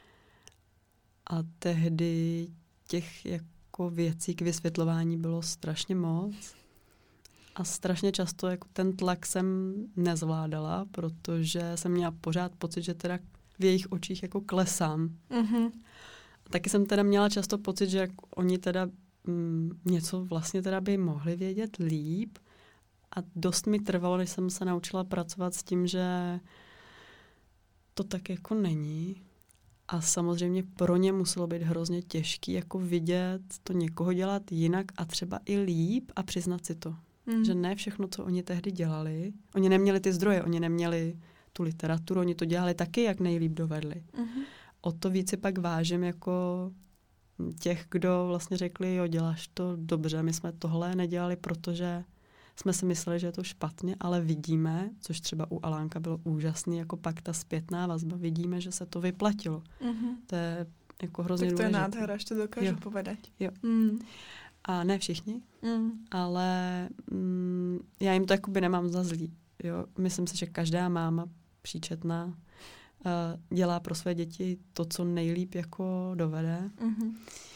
A tehdy těch jako věcí k vysvětlování bylo strašně moc. A strašně často jako ten tlak jsem nezvládala, protože jsem měla pořád pocit, že teda v jejich očích jako klesám. Mm-hmm. A taky jsem teda měla často pocit, že oni teda mm, něco vlastně teda by mohli vědět líp. A dost mi trvalo, než jsem se naučila pracovat s tím, že to tak jako není. A samozřejmě pro ně muselo být hrozně těžký jako vidět to někoho dělat jinak a třeba i líp a přiznat si to. Mm. Že ne všechno, co oni tehdy dělali, oni neměli ty zdroje, oni neměli tu literaturu, oni to dělali taky, jak nejlíp dovedli. Mm-hmm. O to víc si pak vážím jako těch, kdo vlastně řekli, jo, děláš to dobře, my jsme tohle nedělali, protože jsme si mysleli, že je to špatně, ale vidíme, což třeba u Alánka bylo úžasný, jako pak ta zpětná vazba, vidíme, že se to vyplatilo. Mm-hmm. To je jako hrozně důležité. Tak to je nádhera, že to dokážu jo. povedať. Jo. Mm. A ne všichni, mm. ale mm, já jim to jakoby nemám za zlý. Jo? Myslím si, že každá máma příčetná uh, dělá pro své děti to, co nejlíp jako dovede. Mm-hmm.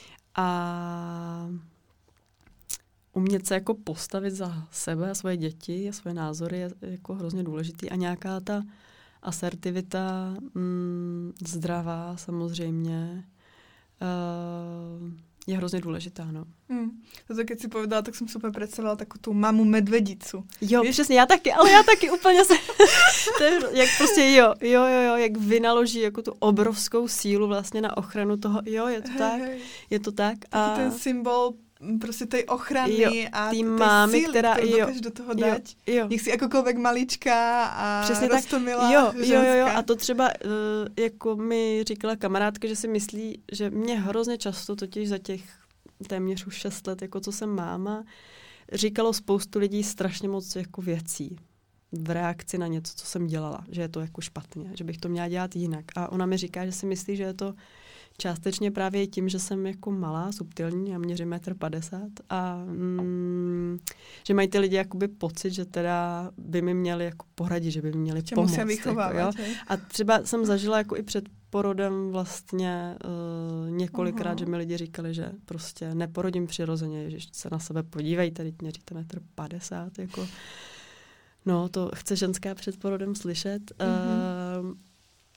A umět se jako postavit za sebe a svoje děti a svoje názory je jako hrozně důležitý. A nějaká ta asertivita, mm, zdravá samozřejmě, uh, je hrozně důležitá, no. Hmm. To, keď si povedala, tak jsem super představila takovou tu mamu medvedicu. Jo, víš? Přesně, já taky, ale já taky úplně se... to je, jak prostě jo, jo, jo, jo, jak vynaloží jako tu obrovskou sílu vlastně na ochranu toho, jo, je to hej, tak, hej. je to tak. A taky ten symbol prostě tej ochrany jo, a tej mámy, síly, která dokáže do toho dať. Jo, jo. Nech si jakokoľvek maličká a roztomilá. Jo, jo, jo, a to třeba, uh, jako mi říkala kamarádka, že si myslí, že mě hrozně často totiž za těch téměř už šest let, jako co jsem máma, říkalo spoustu lidí strašně moc jako věcí v reakci na něco, co jsem dělala, že je to jako špatně, že bych to měla dělat jinak. A ona mi říká, že si myslí, že je to částečně právě tím, že jsem jako malá, subtilní, já měřím metr padesát a mm, že mají ty lidi jakoby pocit, že teda by mi měli jako poradit, že by mi měli Če pomoct. Jako, a třeba jsem zažila jako i před porodem vlastně uh, několikrát, uh-huh. že mi lidi říkali, že prostě neporodím přirozeně, že se na sebe podívejte, teď měříte metr padesát, jako no to chce ženská před porodem slyšet. Uh-huh. Uh,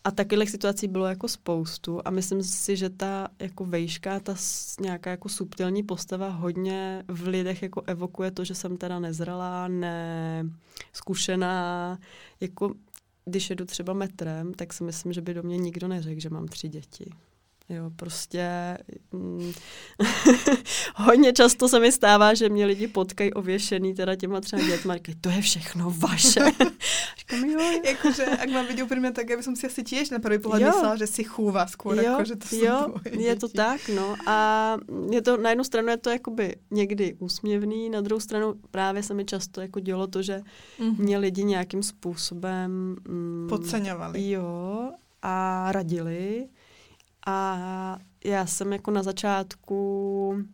A takových situací bylo jako spoustu a myslím si, že ta jako vejška, ta nějaká jako subtilní postava hodně v lidech jako evokuje to, že jsem teda nezralá, nezkušená. Jako když jedu třeba metrem, tak si myslím, že by do mě nikdo neřekl, že mám tři děti. Jo, prostě mm, hodně často se mi stává, že mě lidi potkají ověšený teda těma třeba dětma, říkají, to je všechno vaše. Říkám, jo. Jakože, ak mám vidět úplně tak, aby som si asi tiež na prvý pohled myslela, že si chůva skôr, jo, jako, že to jsou jo, tvoje je děti. to tak, no. A je to, na jednu stranu je to jakoby někdy úsměvný, na druhou stranu právě se mi často jako dělo to, že mm-hmm. mě lidi nějakým způsobem mm, podceňovali. Jo, a radili. A já jsem jako na začátku uh,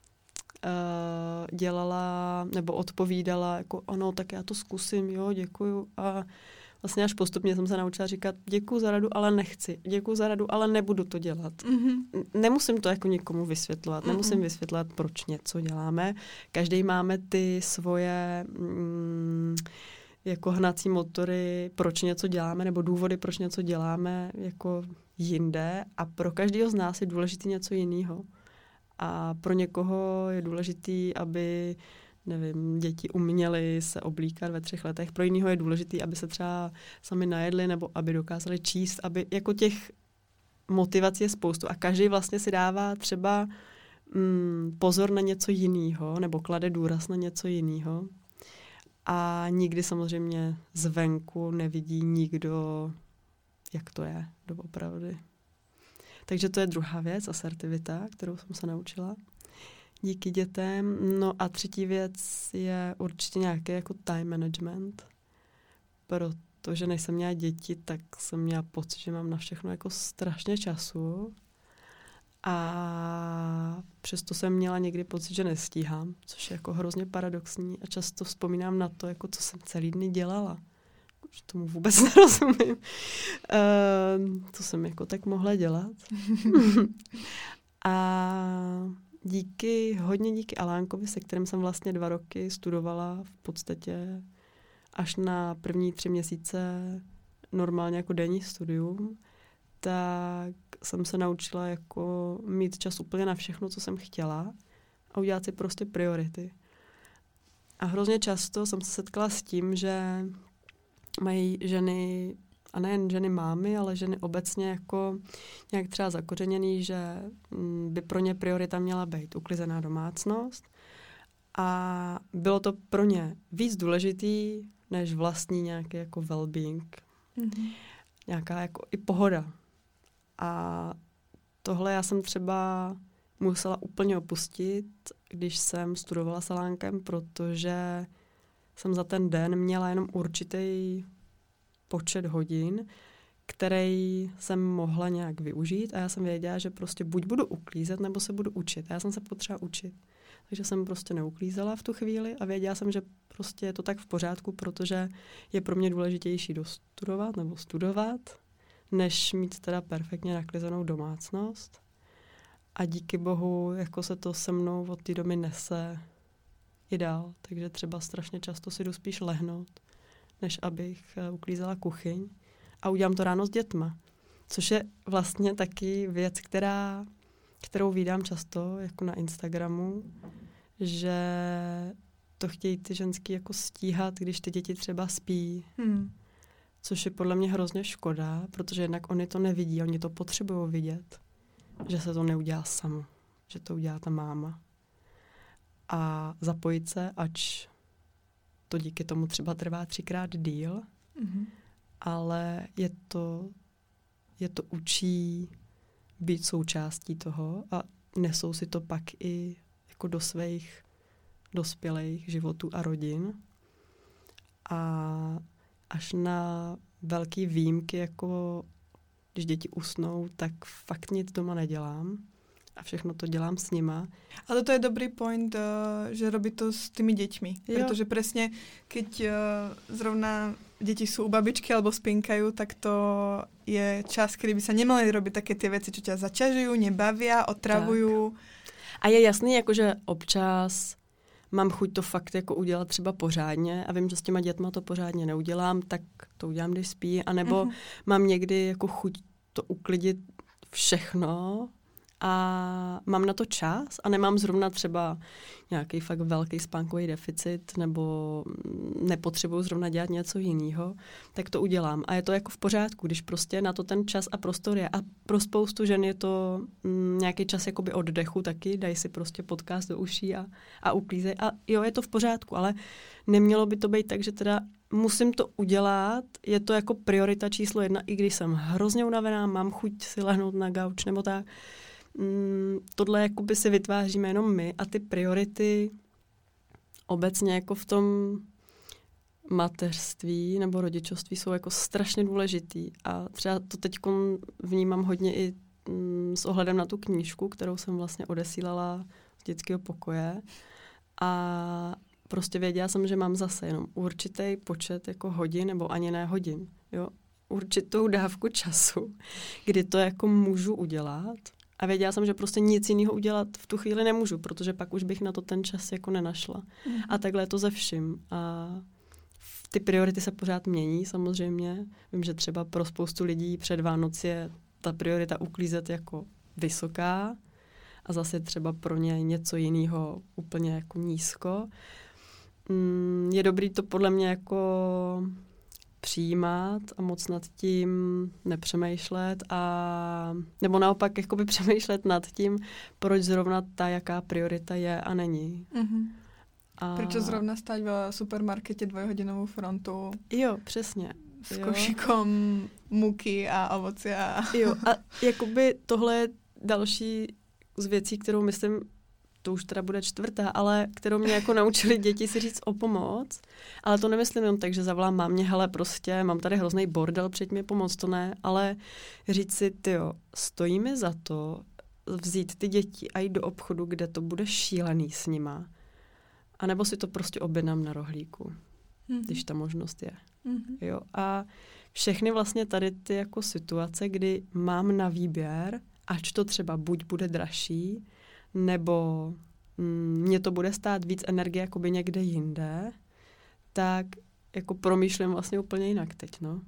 dělala nebo odpovídala jako ano, tak já to zkusím, jo, děkuju. A vlastně až postupně jsem se naučila říkat děkuju za radu, ale nechci. Děkuju za radu, ale nebudu to dělat. Mm-hmm. Nemusím to jako nikomu vysvětlovat. Mm-hmm. Nemusím vysvětlovat, proč něco děláme. Každý máme ty svoje mm, jako hnací motory, proč něco děláme, nebo důvody, proč něco děláme, jako jinde a pro každého z nás je důležitý něco jiného. A pro někoho je důležitý, aby, nevím, děti uměly se oblíkat ve třech letech. Pro jiného je důležitý, aby se třeba sami najedli nebo aby dokázali číst, aby jako těch motivací je spoustu. A každý vlastně si dává třeba mm, pozor na něco jiného nebo klade důraz na něco jiného. A nikdy samozřejmě zvenku nevidí nikdo, jak to je doopravdy. Takže to je druhá věc, asertivita, kterou jsem se naučila díky dětem. No a třetí věc je určitě nějaký jako time management, protože než jsem měla děti, tak jsem měla pocit, že mám na všechno jako strašně času a přesto jsem měla někdy pocit, že nestíhám, což je jako hrozně paradoxní a často vzpomínám na to, jako co jsem celý dny dělala. Že tomu vůbec nerozumím. Uh, co jsem jako tak mohla dělat. A díky, hodně díky Alánkovi, se kterým jsem vlastně dva roky studovala v podstatě až na první tři měsíce normálně jako denní studium, tak jsem se naučila jako mít čas úplně na všechno, co jsem chtěla a udělat si prostě priority. A hrozně často jsem se setkala s tím, že mají ženy, a nejen ženy mámy, ale ženy obecně jako nějak třeba zakořeněný, že by pro ně priorita měla být uklizená domácnost. A bylo to pro ně víc důležitý, než vlastní nějaký jako well-being. Mm-hmm. Nějaká jako i pohoda. A tohle já jsem třeba musela úplně opustit, když jsem studovala s Alánkem, protože jsem za ten den měla jenom určitý počet hodin, který jsem mohla nějak využít a já jsem věděla, že prostě buď budu uklízet, nebo se budu učit. A já jsem se potřeba učit. Takže jsem prostě neuklízela v tu chvíli a věděla jsem, že prostě je to tak v pořádku, protože je pro mě důležitější dostudovat nebo studovat, než mít teda perfektně naklizenou domácnost. A díky bohu, jako se to se mnou od té doby nese i dál. Takže třeba strašně často si jdu spíš lehnout, než abych uklízela kuchyň. A udělám to ráno s dětma. Což je vlastně taky věc, která, kterou vídám často jako na Instagramu, že to chtějí ty ženský jako stíhat, když ty děti třeba spí. Hmm. Což je podle mě hrozně škoda, protože jednak oni to nevidí, oni to potřebují vidět, že se to neudělá samo, že to udělá ta máma. A zapojit se, ač to díky tomu třeba trvá třikrát díl, mm-hmm. ale je to, je to učí být součástí toho a nesou si to pak i jako do svých dospělých životů a rodin. A až na velký výjimky, jako když děti usnou, tak fakt nic doma nedělám. A všechno to dělám s nima. Ale to je dobrý point, uh, že robí to s tými deťmi. Jo. Protože presne, keď uh, zrovna deti sú u babičky alebo spinkajú, tak to je čas, kedy by sa nemali robiť také tie veci, čo ťa zaťažujú, nebavia, otravujú. Tak. A je jasný, jakože občas mám chuť to fakt jako udělat třeba pořádně a vím, že s těma dětma to pořádně neudělám, tak to udělám, když spí, anebo mm-hmm. mám někdy jako chuť to uklidit všechno a mám na to čas a nemám zrovna třeba nějaký fakt velký spánkový deficit nebo nepotřebuju zrovna dělat něco jiného, tak to udělám. A je to jako v pořádku, když prostě na to ten čas a prostor je. A pro spoustu žen je to mm, nějaký čas jakoby oddechu taky, dají si prostě podcast do uší a, a uklízej. A jo, je to v pořádku, ale nemělo by to být tak, že teda musím to udělat, je to jako priorita číslo jedna, i když jsem hrozně unavená, mám chuť si lehnout na gauč nebo tak. Mm, tohle jakoby si vytváříme jenom my a ty priority obecně jako v tom mateřství nebo rodičovství jsou jako strašně důležitý a třeba to teď vnímám hodně i mm, s ohledem na tu knížku, kterou jsem vlastně odesílala z dětského pokoje a prostě věděla jsem, že mám zase jenom určitý počet jako hodin nebo ani ne hodin, jo, určitou dávku času, kdy to jako můžu udělat. A věděla jsem, že prostě nic jiného udělat v tu chvíli nemůžu, protože pak už bych na to ten čas jako nenašla. Mm. A takhle je to ze vším. A ty priority se pořád mění samozřejmě. Vím, že třeba pro spoustu lidí před Vánoci je ta priorita uklízet jako vysoká a zase třeba pro ně něco jiného úplně jako nízko. Mm, je dobrý to podle mě jako přijímat a moc nad tím nepřemýšlet a nebo naopak jakoby přemýšlet nad tím, proč zrovna ta, jaká priorita je a není. Mm-hmm. A... Proč zrovna stát v supermarketě dvojhodinovou frontu? Jo, přesně. S jo. košíkom muky a ovoce. A... Jo, a jakoby tohle je další z věcí, kterou myslím, to už teda bude čtvrtá, ale kterou mě jako naučili děti si říct o pomoc. Ale to nemyslím jenom tak, že zavolám mámě, hele, prostě mám tady hrozný bordel, přijď mi pomoct, to ne, ale říct si, tyjo, stojí mi za to vzít ty děti a jít do obchodu, kde to bude šílený s nima. A nebo si to prostě objednám na rohlíku, mm-hmm. když ta možnost je. Mm-hmm. Jo, a všechny vlastně tady ty jako situace, kdy mám na výběr, ač to třeba buď bude dražší, nebo mm, mě to bude stát víc energie jakoby někde jinde, tak jako promýšlím vlastně úplně jinak teď, no.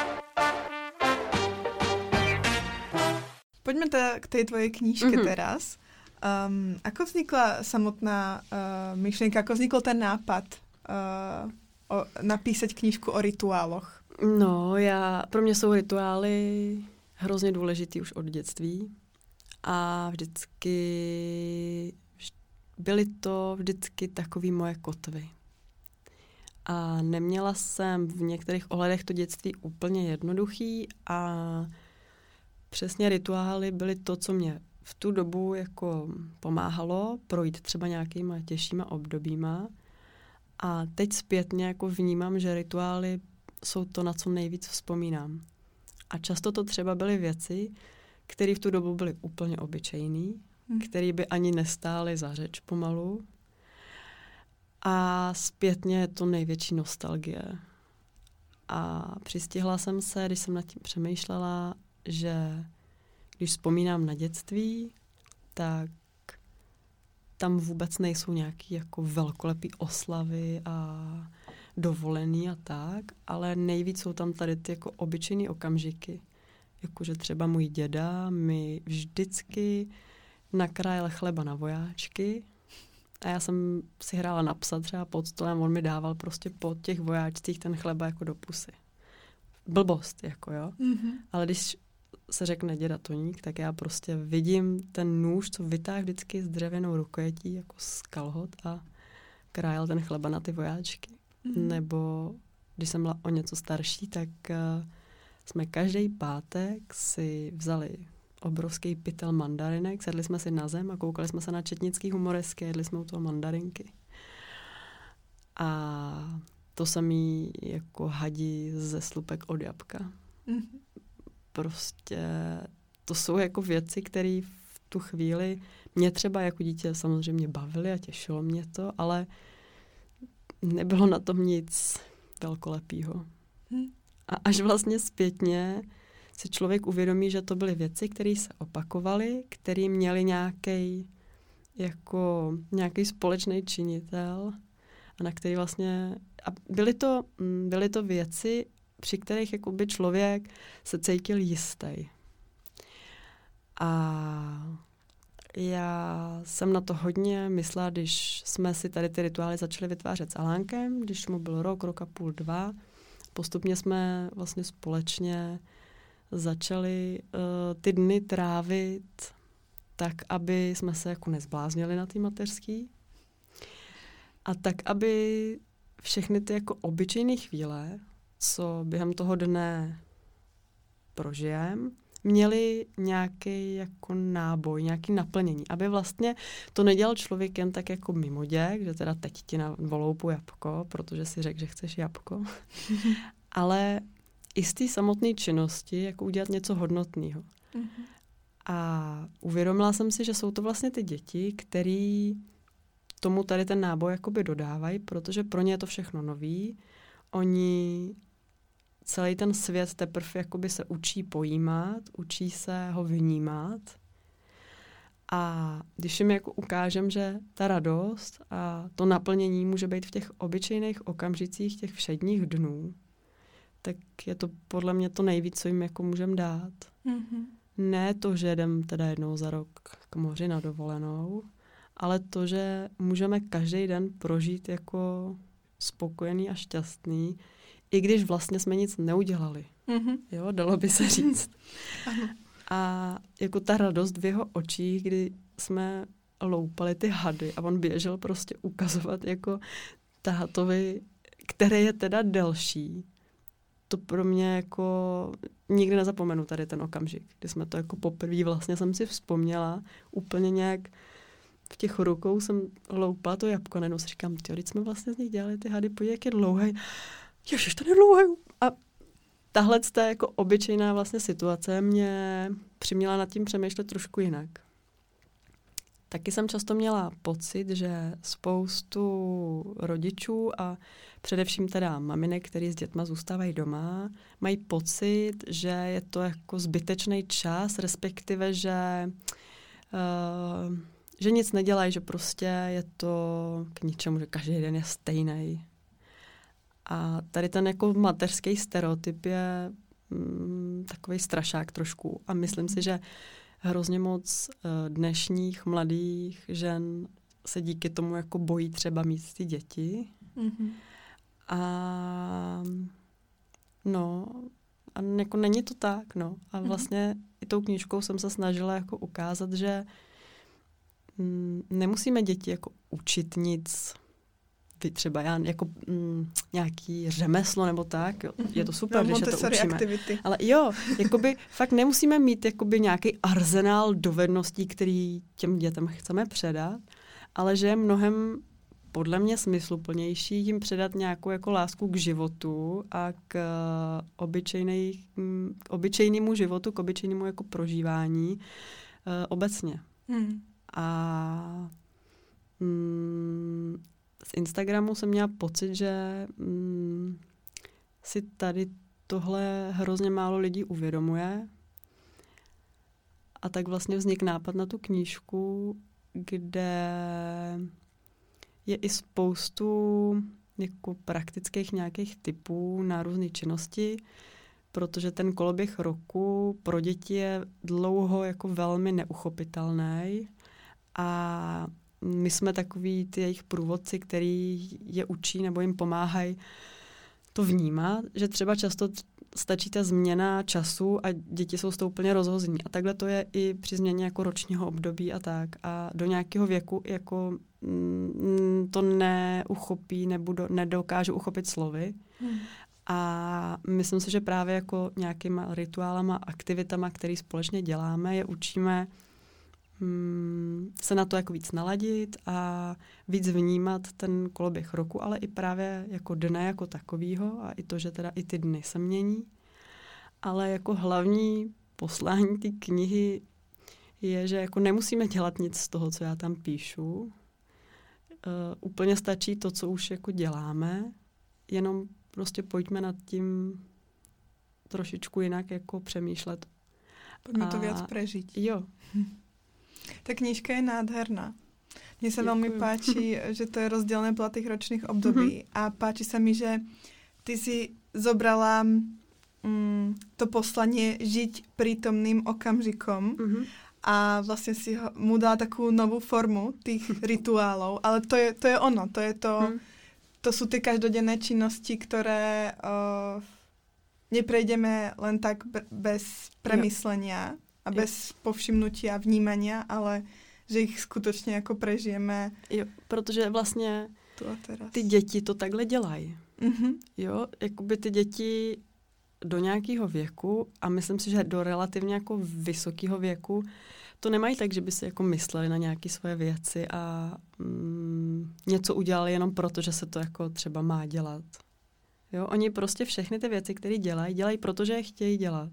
Poďme teda k tej tvojej knížke mm-hmm. teraz. Um, ako vznikla samotná uh, myšlienka, ako vznikl ten nápad uh, o, napísať knížku o rituáloch? No, já, pro mě jsou rituály hrozně důležitý už od dětství. A vždycky byly to vždycky takový moje kotvy. A neměla jsem v některých ohledech to dětství úplně jednoduchý a přesně rituály byly to, co mě v tu dobu jako pomáhalo projít třeba nějakýma těžšíma obdobíma. A teď zpětně jako vnímám, že rituály jsou to, na co nejvíc vzpomínám. A často to třeba byly věci, které v tu dobu byly úplně obyčejný, hmm. které by ani nestály za řeč pomalu. A zpětně je to největší nostalgie. A přistihla jsem se, když jsem nad tím přemýšlela, že když vzpomínám na dětství, tak tam vůbec nejsou nějaké jako velkolepý oslavy a dovolený a tak, ale nejvíc jsou tam tady ty jako obyčejný okamžiky. Jakože třeba můj děda mi vždycky nakrájel chleba na vojáčky a já jsem si hrála na psa třeba pod stolem, on mi dával prostě po těch vojáčcích ten chleba jako do pusy. Blbost, jako jo. Mm-hmm. Ale když se řekne děda Toník, tak já prostě vidím ten nůž, co vytáhl vždycky s dřevěnou rukojetí jako z kalhot a krájel ten chleba na ty vojáčky. Mm-hmm. Nebo když jsem byla o něco starší, tak uh, jsme každý pátek si vzali obrovský pytel mandarinek, sedli jsme si na zem a koukali jsme se na četnický humoresky, jedli jsme u toho mandarinky. A to samý jako hadí ze slupek od jabka. Mm-hmm. Prostě to jsou jako věci, které v tu chvíli mě třeba jako dítě samozřejmě bavily a těšilo mě to, ale nebylo na tom nic velkolepýho. Mm. A až vlastně zpětně si člověk uvědomí, že to byly věci, které se opakovaly, které měly nějaký jako nějaký společný činitel, a na který vlastně, a byly to, byly to věci, při kterých jakoby člověk se cítil jistý. A já jsem na to hodně myslela, když jsme si tady ty rituály začali vytvářet s Alánkem, když mu byl rok, rok a půl, dva. Postupně jsme vlastně společně začali uh, ty dny trávit tak, aby jsme se jako nezbláznili na té mateřský. A tak, aby všechny ty jako obyčejné chvíle, co během toho dne prožijem, měli nějaký jako náboj, nějaký naplnění. Aby vlastně to nedělal člověk jen tak jako mimoděk, že teda teď ti na voloupu jabko, protože si řekl, že chceš jabko. Ale i z té samotné činnosti jako udělat něco hodnotného. Mm-hmm. A uvědomila jsem si, že jsou to vlastně ty děti, který tomu tady ten náboj jakoby dodávají, protože pro ně je to všechno nový. Oni celý ten svět teprve jakoby se učí pojímat, učí se ho vnímat. A když jim jako ukážem, že ta radost a to naplnění může být v těch obyčejných okamžicích, těch všedních dnů, tak je to podle mě to nejvíc, co jim jako můžeme dát. Mm-hmm. Ne to, že jdem teda jednou za rok k moři na dovolenou, ale to, že můžeme každý den prožít jako spokojený a šťastný, i když vlastně jsme nic neudělali. Mm-hmm. Jo, dalo by se říct. A jako ta radost v jeho očích, kdy jsme loupali ty hady a on běžel prostě ukazovat jako tátovi, který je teda delší. To pro mě jako nikdy nezapomenu tady ten okamžik, kdy jsme to jako poprvé vlastně jsem si vzpomněla, úplně nějak v těch rukou jsem loupala to jabko, najednou si říkám, tyjo, teď jsme vlastně z nich dělali ty hady, podívej, jak je dlouhej. Ježiš, ten je dlouhej. A tahle ta jako obyčejná vlastně situace mě přiměla nad tím přemýšlet trošku jinak. Taky jsem často měla pocit, že spoustu rodičů a především teda maminek, který s dětma zůstávají doma, mají pocit, že je to jako zbytečný čas, respektive, že, uh, že nic nedělají, že prostě je to k ničemu, že každý den je stejný. A tady ten jako mateřský stereotyp je mm, takovej strašák trošku. A myslím si, že hrozně moc uh, dnešních mladých žen se díky tomu jako bojí třeba mít ty děti. Mm-hmm. A no, a jako není to tak, no. A vlastně mm-hmm. i tou knížkou jsem se snažila jako ukázat, že mm, nemusíme děti jako učit nic, třeba já jako mm, nějaký řemeslo nebo tak, jo. Je to super, když je to učíme. Activity. Ale jo, jakoby fakt nemusíme mít jakoby nějaký arzenál dovedností, který těm dětem chceme předat, ale že je mnohem podle mě smysluplnější jim předat nějakou jako lásku k životu a k obyčejnej, k obyčejnému životu, k obyčejnému jako prožívání uh, obecně. Hmm. A mm, z Instagramu jsem měla pocit, že mm, si tady tohle hrozně málo lidí uvědomuje. A tak vlastně vznikl nápad na tu knížku, kde je i spoustu jako praktických nějakých typů na různé činnosti, protože ten koloběh roku pro děti je dlouho jako velmi neuchopitelný a my jsme takový ty jejich průvodci, který je učí nebo jim pomáhají to vnímat, že třeba často stačí ta změna času a děti jsou z toho úplně rozhození. A takhle to je i při změně jako ročního období a tak. A do nějakého věku jako mm, to neuchopí nebo do, nedokážu uchopit slovy. Hmm. A myslím si, že právě jako nějakýma rituálama, aktivitama, které společně děláme, je učíme se na to jako víc naladit a víc vnímat ten koloběh roku, ale i právě jako dne jako takovýho a i to, že teda i ty dny se mění. Ale jako hlavní poslání té knihy je, že jako nemusíme dělat nic z toho, co já tam píšu. Uh, úplně stačí to, co už jako děláme, jenom prostě pojďme nad tím trošičku jinak jako přemýšlet. Pojďme a to víc prežít. Jo. Ta knížka je nádherná. Mně sa veľmi páči, že to je rozdielne podľa tých ročných období. Mm-hmm. A páči sa mi, že ty si zobrala mm, to poslanie žiť prítomným okamžikom mm-hmm. a vlastne si ho, mu dala takú novú formu tých rituálov. Ale to je, to je ono, to je to, mm. to sú tie každodenné činnosti, ktoré uh, neprejdeme len tak b- bez premyslenia jo. a bez jo. povšimnutia, vnímania, ale že jich skutečně jako prežijeme. Jo, protože vlastně ty děti to takhle dělají. Mm-hmm. Jo, jakoby ty děti do nějakého věku a myslím si, že do relativně jako vysokého věku to nemají tak, že by si jako mysleli na nějaké svoje věci a mm, něco udělali jenom proto, že se to jako třeba má dělat. Jo, oni prostě všechny ty věci, které dělají, dělají proto, že je chtějí dělat.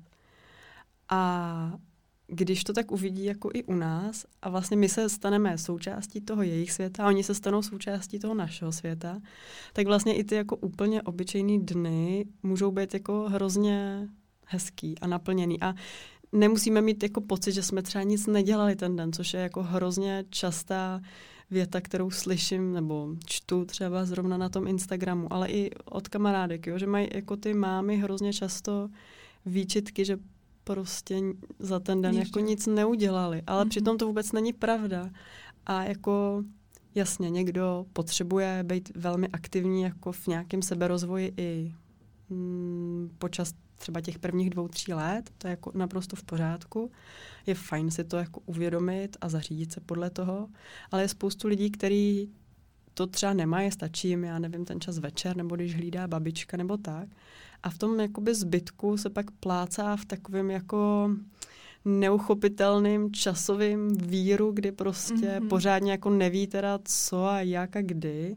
A když to tak uvidí jako i u nás a vlastně my se staneme součástí toho jejich světa a oni se stanou součástí toho našeho světa, tak vlastně i ty jako úplně obyčejný dny můžou být jako hrozně hezký a naplněný. A nemusíme mít jako pocit, že jsme třeba nic nedělali ten den, což je jako hrozně častá věta, kterou slyším nebo čtu třeba zrovna na tom Instagramu, ale i od kamarádek, jo, že mají jako ty mámy hrozně často výčitky, že prostě za ten den jako nic neudělali. Ale mm-hmm. přitom to vůbec není pravda. A jako jasně, někdo potřebuje být velmi aktivní jako v nějakém seberozvoji i mm, počas třeba těch prvních dvou, tří let. To je jako naprosto v pořádku. Je fajn si to jako uvědomit a zařídit se podle toho. Ale je spoustu lidí, kteří to třeba nemají, stačí jim, já nevím, ten čas večer, nebo když hlídá babička, nebo tak. A v tom jakoby zbytku se pak plácá v takovém jako neuchopitelným časovým víru, kdy prostě mm-hmm. pořádně jako neví teda co a jak a kdy.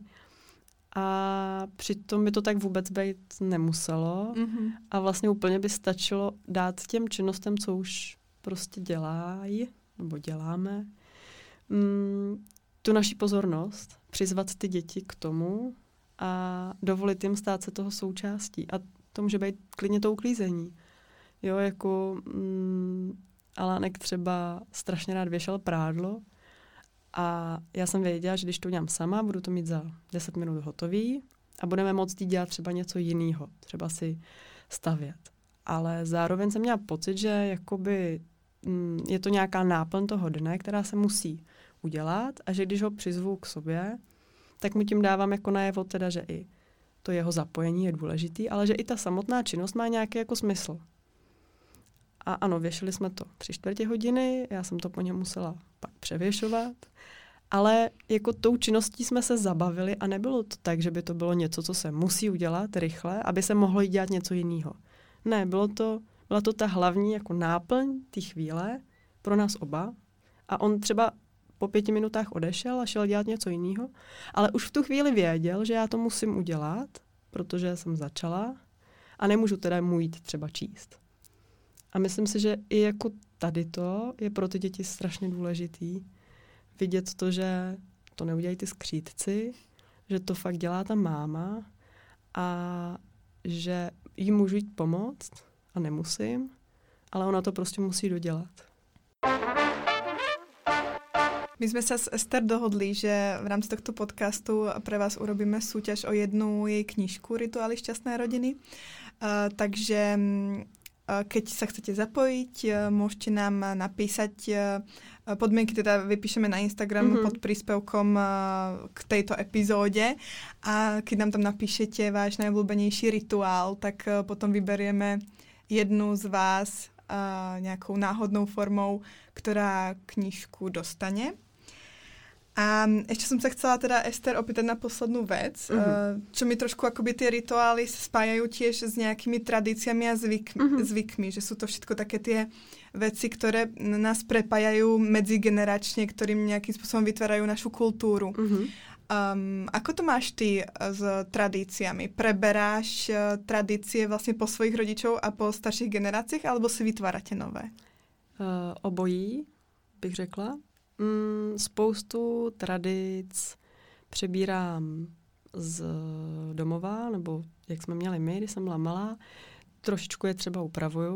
A přitom by to tak vůbec být nemuselo. Mm-hmm. A vlastně úplně by stačilo dát těm činnostem, co už prostě dělají, nebo děláme, mm, tu naši pozornost, přizvat ty děti k tomu a dovolit jim stát se toho součástí. A to může být klidně to uklízení. Jo, jako mm, Alánek třeba strašně rád věšel prádlo a já jsem věděla, že když to udělám sama, budu to mít za deset minut hotový a budeme moct dělat třeba něco jiného, třeba si stavět. Ale zároveň jsem měla pocit, že jakoby, mm, je to nějaká náplň toho dne, která se musí udělat a že když ho přizvu k sobě, tak mu tím dávám jako najevo teda, že i to jeho zapojení je důležitý, ale že i ta samotná činnost má nějaký jako smysl. A ano, věšili jsme to tři čtvrtě hodiny, já jsem to po něm musela pak převěšovat, ale jako tou činností jsme se zabavili a nebylo to tak, že by to bylo něco, co se musí udělat rychle, aby se mohlo dělat něco jiného. Ne, bylo to, byla to ta hlavní jako náplň té chvíle pro nás oba a on třeba po pěti minutách odešel a šel dělat něco jiného, ale už v tu chvíli věděl, že já to musím udělat, protože jsem začala a nemůžu teda mu jít třeba číst. A myslím si, že i jako tady to je pro ty děti strašně důležitý vidět to, že to neudělají ty skřídci, že to fakt dělá ta máma a že jí můžu jít pomoct a nemusím, ale ona to prostě musí dodělat. My sme sa s Ester dohodli, že v rámci tohto podcastu pre vás urobíme súťaž o jednu jej knižku Rituály šťastnej rodiny. Uh, takže uh, keď sa chcete zapojiť, uh, môžete nám napísať uh, podmienky, teda vypíšeme na Instagram mm-hmm. pod príspevkom uh, k tejto epizóde a keď nám tam napíšete váš najobľúbenejší rituál, tak uh, potom vyberieme jednu z vás uh, nejakou náhodnou formou, ktorá knižku dostane. A ešte som sa chcela teda, Ester, opýtať na poslednú vec, uh-huh. čo mi trošku akoby tie rituály spájajú tiež s nejakými tradíciami a zvykmi, uh-huh. zvykmi, že sú to všetko také tie veci, ktoré nás prepájajú medzigeneračne, ktorým nejakým spôsobom vytvárajú našu kultúru. Uh-huh. Um, ako to máš ty s tradíciami? Preberáš uh, tradície vlastne po svojich rodičov a po starších generáciách, alebo si vytvárate nové? Uh, obojí, bych řekla. Mm, spoustu tradic přebírám z domova, nebo jak jsme měli my, když jsem byla malá. Trošičku je třeba upravuju,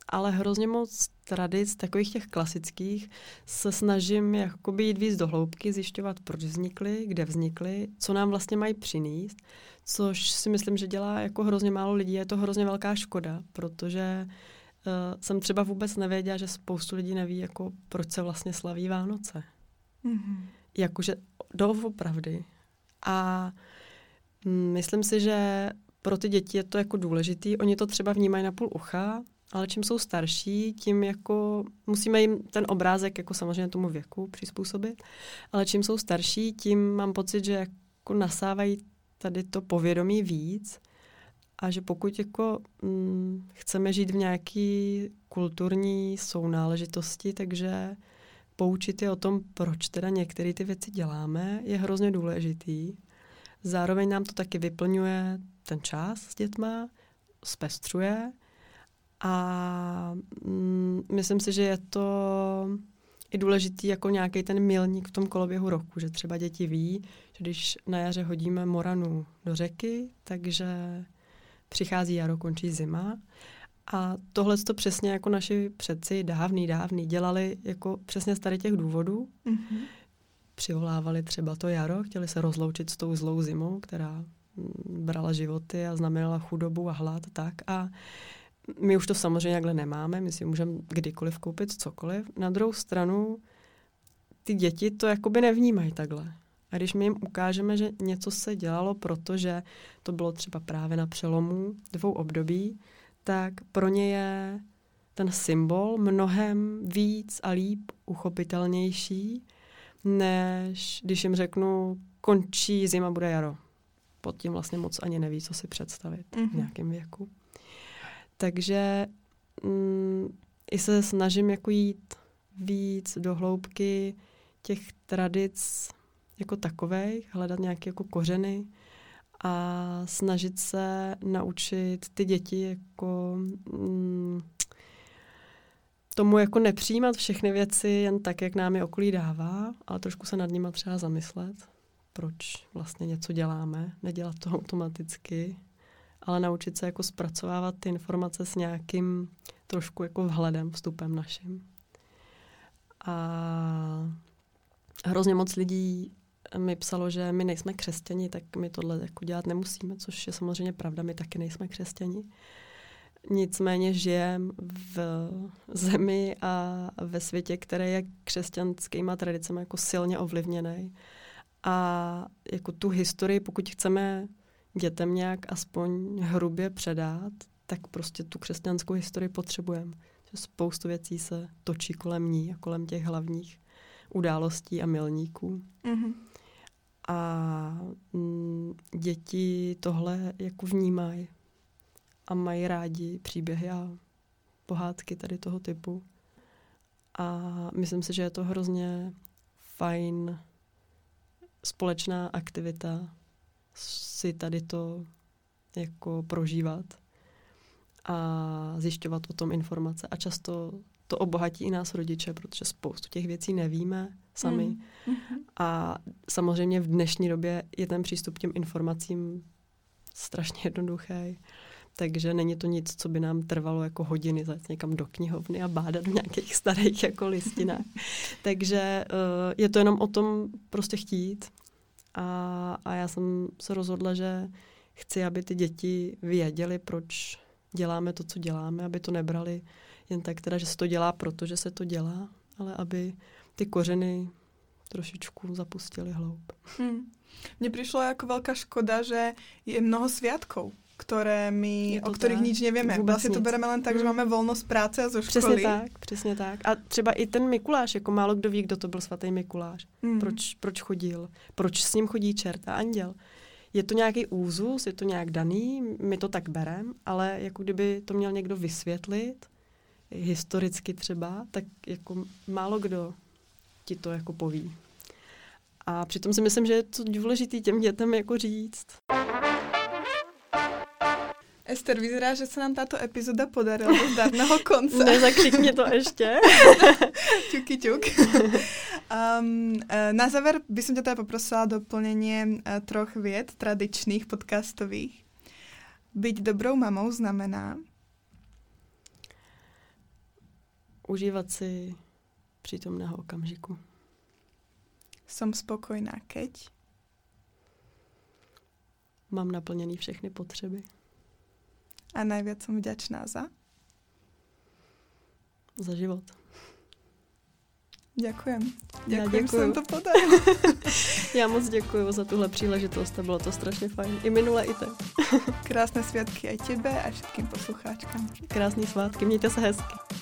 ale hrozně moc tradic, takových těch klasických, se snažím jakoby jít víc do hloubky, zjišťovat, proč vznikly, kde vznikly, co nám vlastně mají přinést, což si myslím, že dělá jako hrozně málo lidí. Je to hrozně velká škoda, protože uh, jsem třeba vůbec nevěděla, že spoustu lidí neví, jako, proč se vlastně slaví Vánoce. Mm-hmm. Jakože doopravdy. A myslím si, že pro ty děti je to jako důležitý. Oni to třeba vnímají na půl ucha, ale čím jsou starší, tím jako musíme jim ten obrázek jako samozřejmě tomu věku přizpůsobit, ale čím jsou starší, tím mám pocit, že jako nasávají tady to povědomí víc a že pokud jako hm, chceme žít v nějaký kulturní sounáležitosti, takže poučit je o tom, proč teda některé ty věci děláme, je hrozně důležitý. Zároveň nám to taky vyplňuje ten čas s dětma, zpestřuje a mm, myslím si, že je to i důležitý jako nějaký ten milník v tom koloběhu roku, že třeba děti ví, že když na jaře hodíme moranu do řeky, takže přichází jaro, končí zima. A tohle to přesně jako naši předci dávný, dávný dělali jako přesně z tady těch důvodů. Mm-hmm. Přivolávali třeba to jaro, chtěli se rozloučit s tou zlou zimou, která brala životy a znamenala chudobu a hlad. Tak. A my už to samozřejmě takhle nemáme, my si můžeme kdykoliv koupit cokoliv. Na druhou stranu ty děti to jakoby nevnímají takhle. A když my jim ukážeme, že něco se dělalo, protože to bylo třeba právě na přelomu dvou období, tak pro ně je ten symbol mnohem víc a líp uchopitelnější, než když jim řeknu, končí zima, bude jaro. Pod tím vlastně moc ani neví, co si představit mm-hmm. v nějakém věku. Takže mm, i se snažím jako jít víc do hloubky těch tradic jako takových, hledat nějaké jako kořeny a snažit se naučit ty děti jako mm, tomu jako nepřijímat všechny věci jen tak, jak nám je okolí dává, ale trošku se nad nima třeba zamyslet, proč vlastně něco děláme, nedělat to automaticky, ale naučit se jako zpracovávat ty informace s nějakým trošku jako vhledem, vstupem naším. A hrozně moc lidí mi psalo, že my nejsme křesťani, tak my tohle jako dělat nemusíme, což je samozřejmě pravda, my taky nejsme křesťani. Nicméně žijeme v zemi a ve světě, který je křesťanskýma tradicemi jako silně ovlivněný. A jako tu historii, pokud chceme dětem nějak aspoň hrubě předat, tak prostě tu křesťanskou historii potřebujeme. Spoustu věcí se točí kolem ní a kolem těch hlavních událostí a milníků. Mm-hmm. A m, děti tohle jako vnímají a mají rádi příběhy a pohádky tady toho typu. A myslím si, že je to hrozně fajn společná aktivita si tady to jako prožívat a zjišťovat o tom informace. A často to obohatí i nás rodiče, protože spoustu těch věcí nevíme sami. Mm. A samozřejmě v dnešní době je ten přístup k těm informacím strašně jednoduchý. Takže není to nic, co by nám trvalo jako hodiny zajet někam do knihovny a bádat v nějakých starých jako listinách. Takže uh, je to jenom o tom prostě chtít. A, a já jsem se rozhodla, že chci, aby ty děti věděly, proč děláme to, co děláme, aby to nebrali jen tak teda, že se to dělá, protože se to dělá, ale aby ty kořeny trošičku zapustili hloub. Hmm. Mně přišlo jako velká škoda, že je mnoho sviatkov, které my, o kterých tak, nič nevíme. Vlastně to bereme len tak, hmm. že máme volnost práce a zo školy. Přesně tak, přesně tak. A třeba i ten Mikuláš, jako málo kdo ví, kdo to byl svatý Mikuláš. Hmm. Proč, proč chodil? Proč s ním chodí čert a anděl? Je to nějaký úzus, je to nějak daný, my to tak bereme, ale jako kdyby to měl někdo vysvětlit, historicky třeba, tak jako málo kdo ti to jako poví. A přitom si myslím, že je to důležitý těm dětem jako říct. Ester, vyzerá, že se nám táto epizoda podarila do zdárného konce. Nezakřikni to ještě. Ťuky, ťuk. Um, na záver by som ťa teda poprosila doplnenie troch vied tradičných podcastových. Byť dobrou mamou znamená? užívat si přítomného okamžiku. Som spokojná, keď? Mám naplněný všechny potřeby. A najviac som vďačná za? Za život. Ďakujem. Já Ďakujem, děkuju. som to podarila. Já moc děkuju za tuhle příležitost a bylo to strašně fajn. I minule, i teď. Krásne sviatky aj tebe a všetkým poslucháčkam. Krásný svátky, mějte se hezky.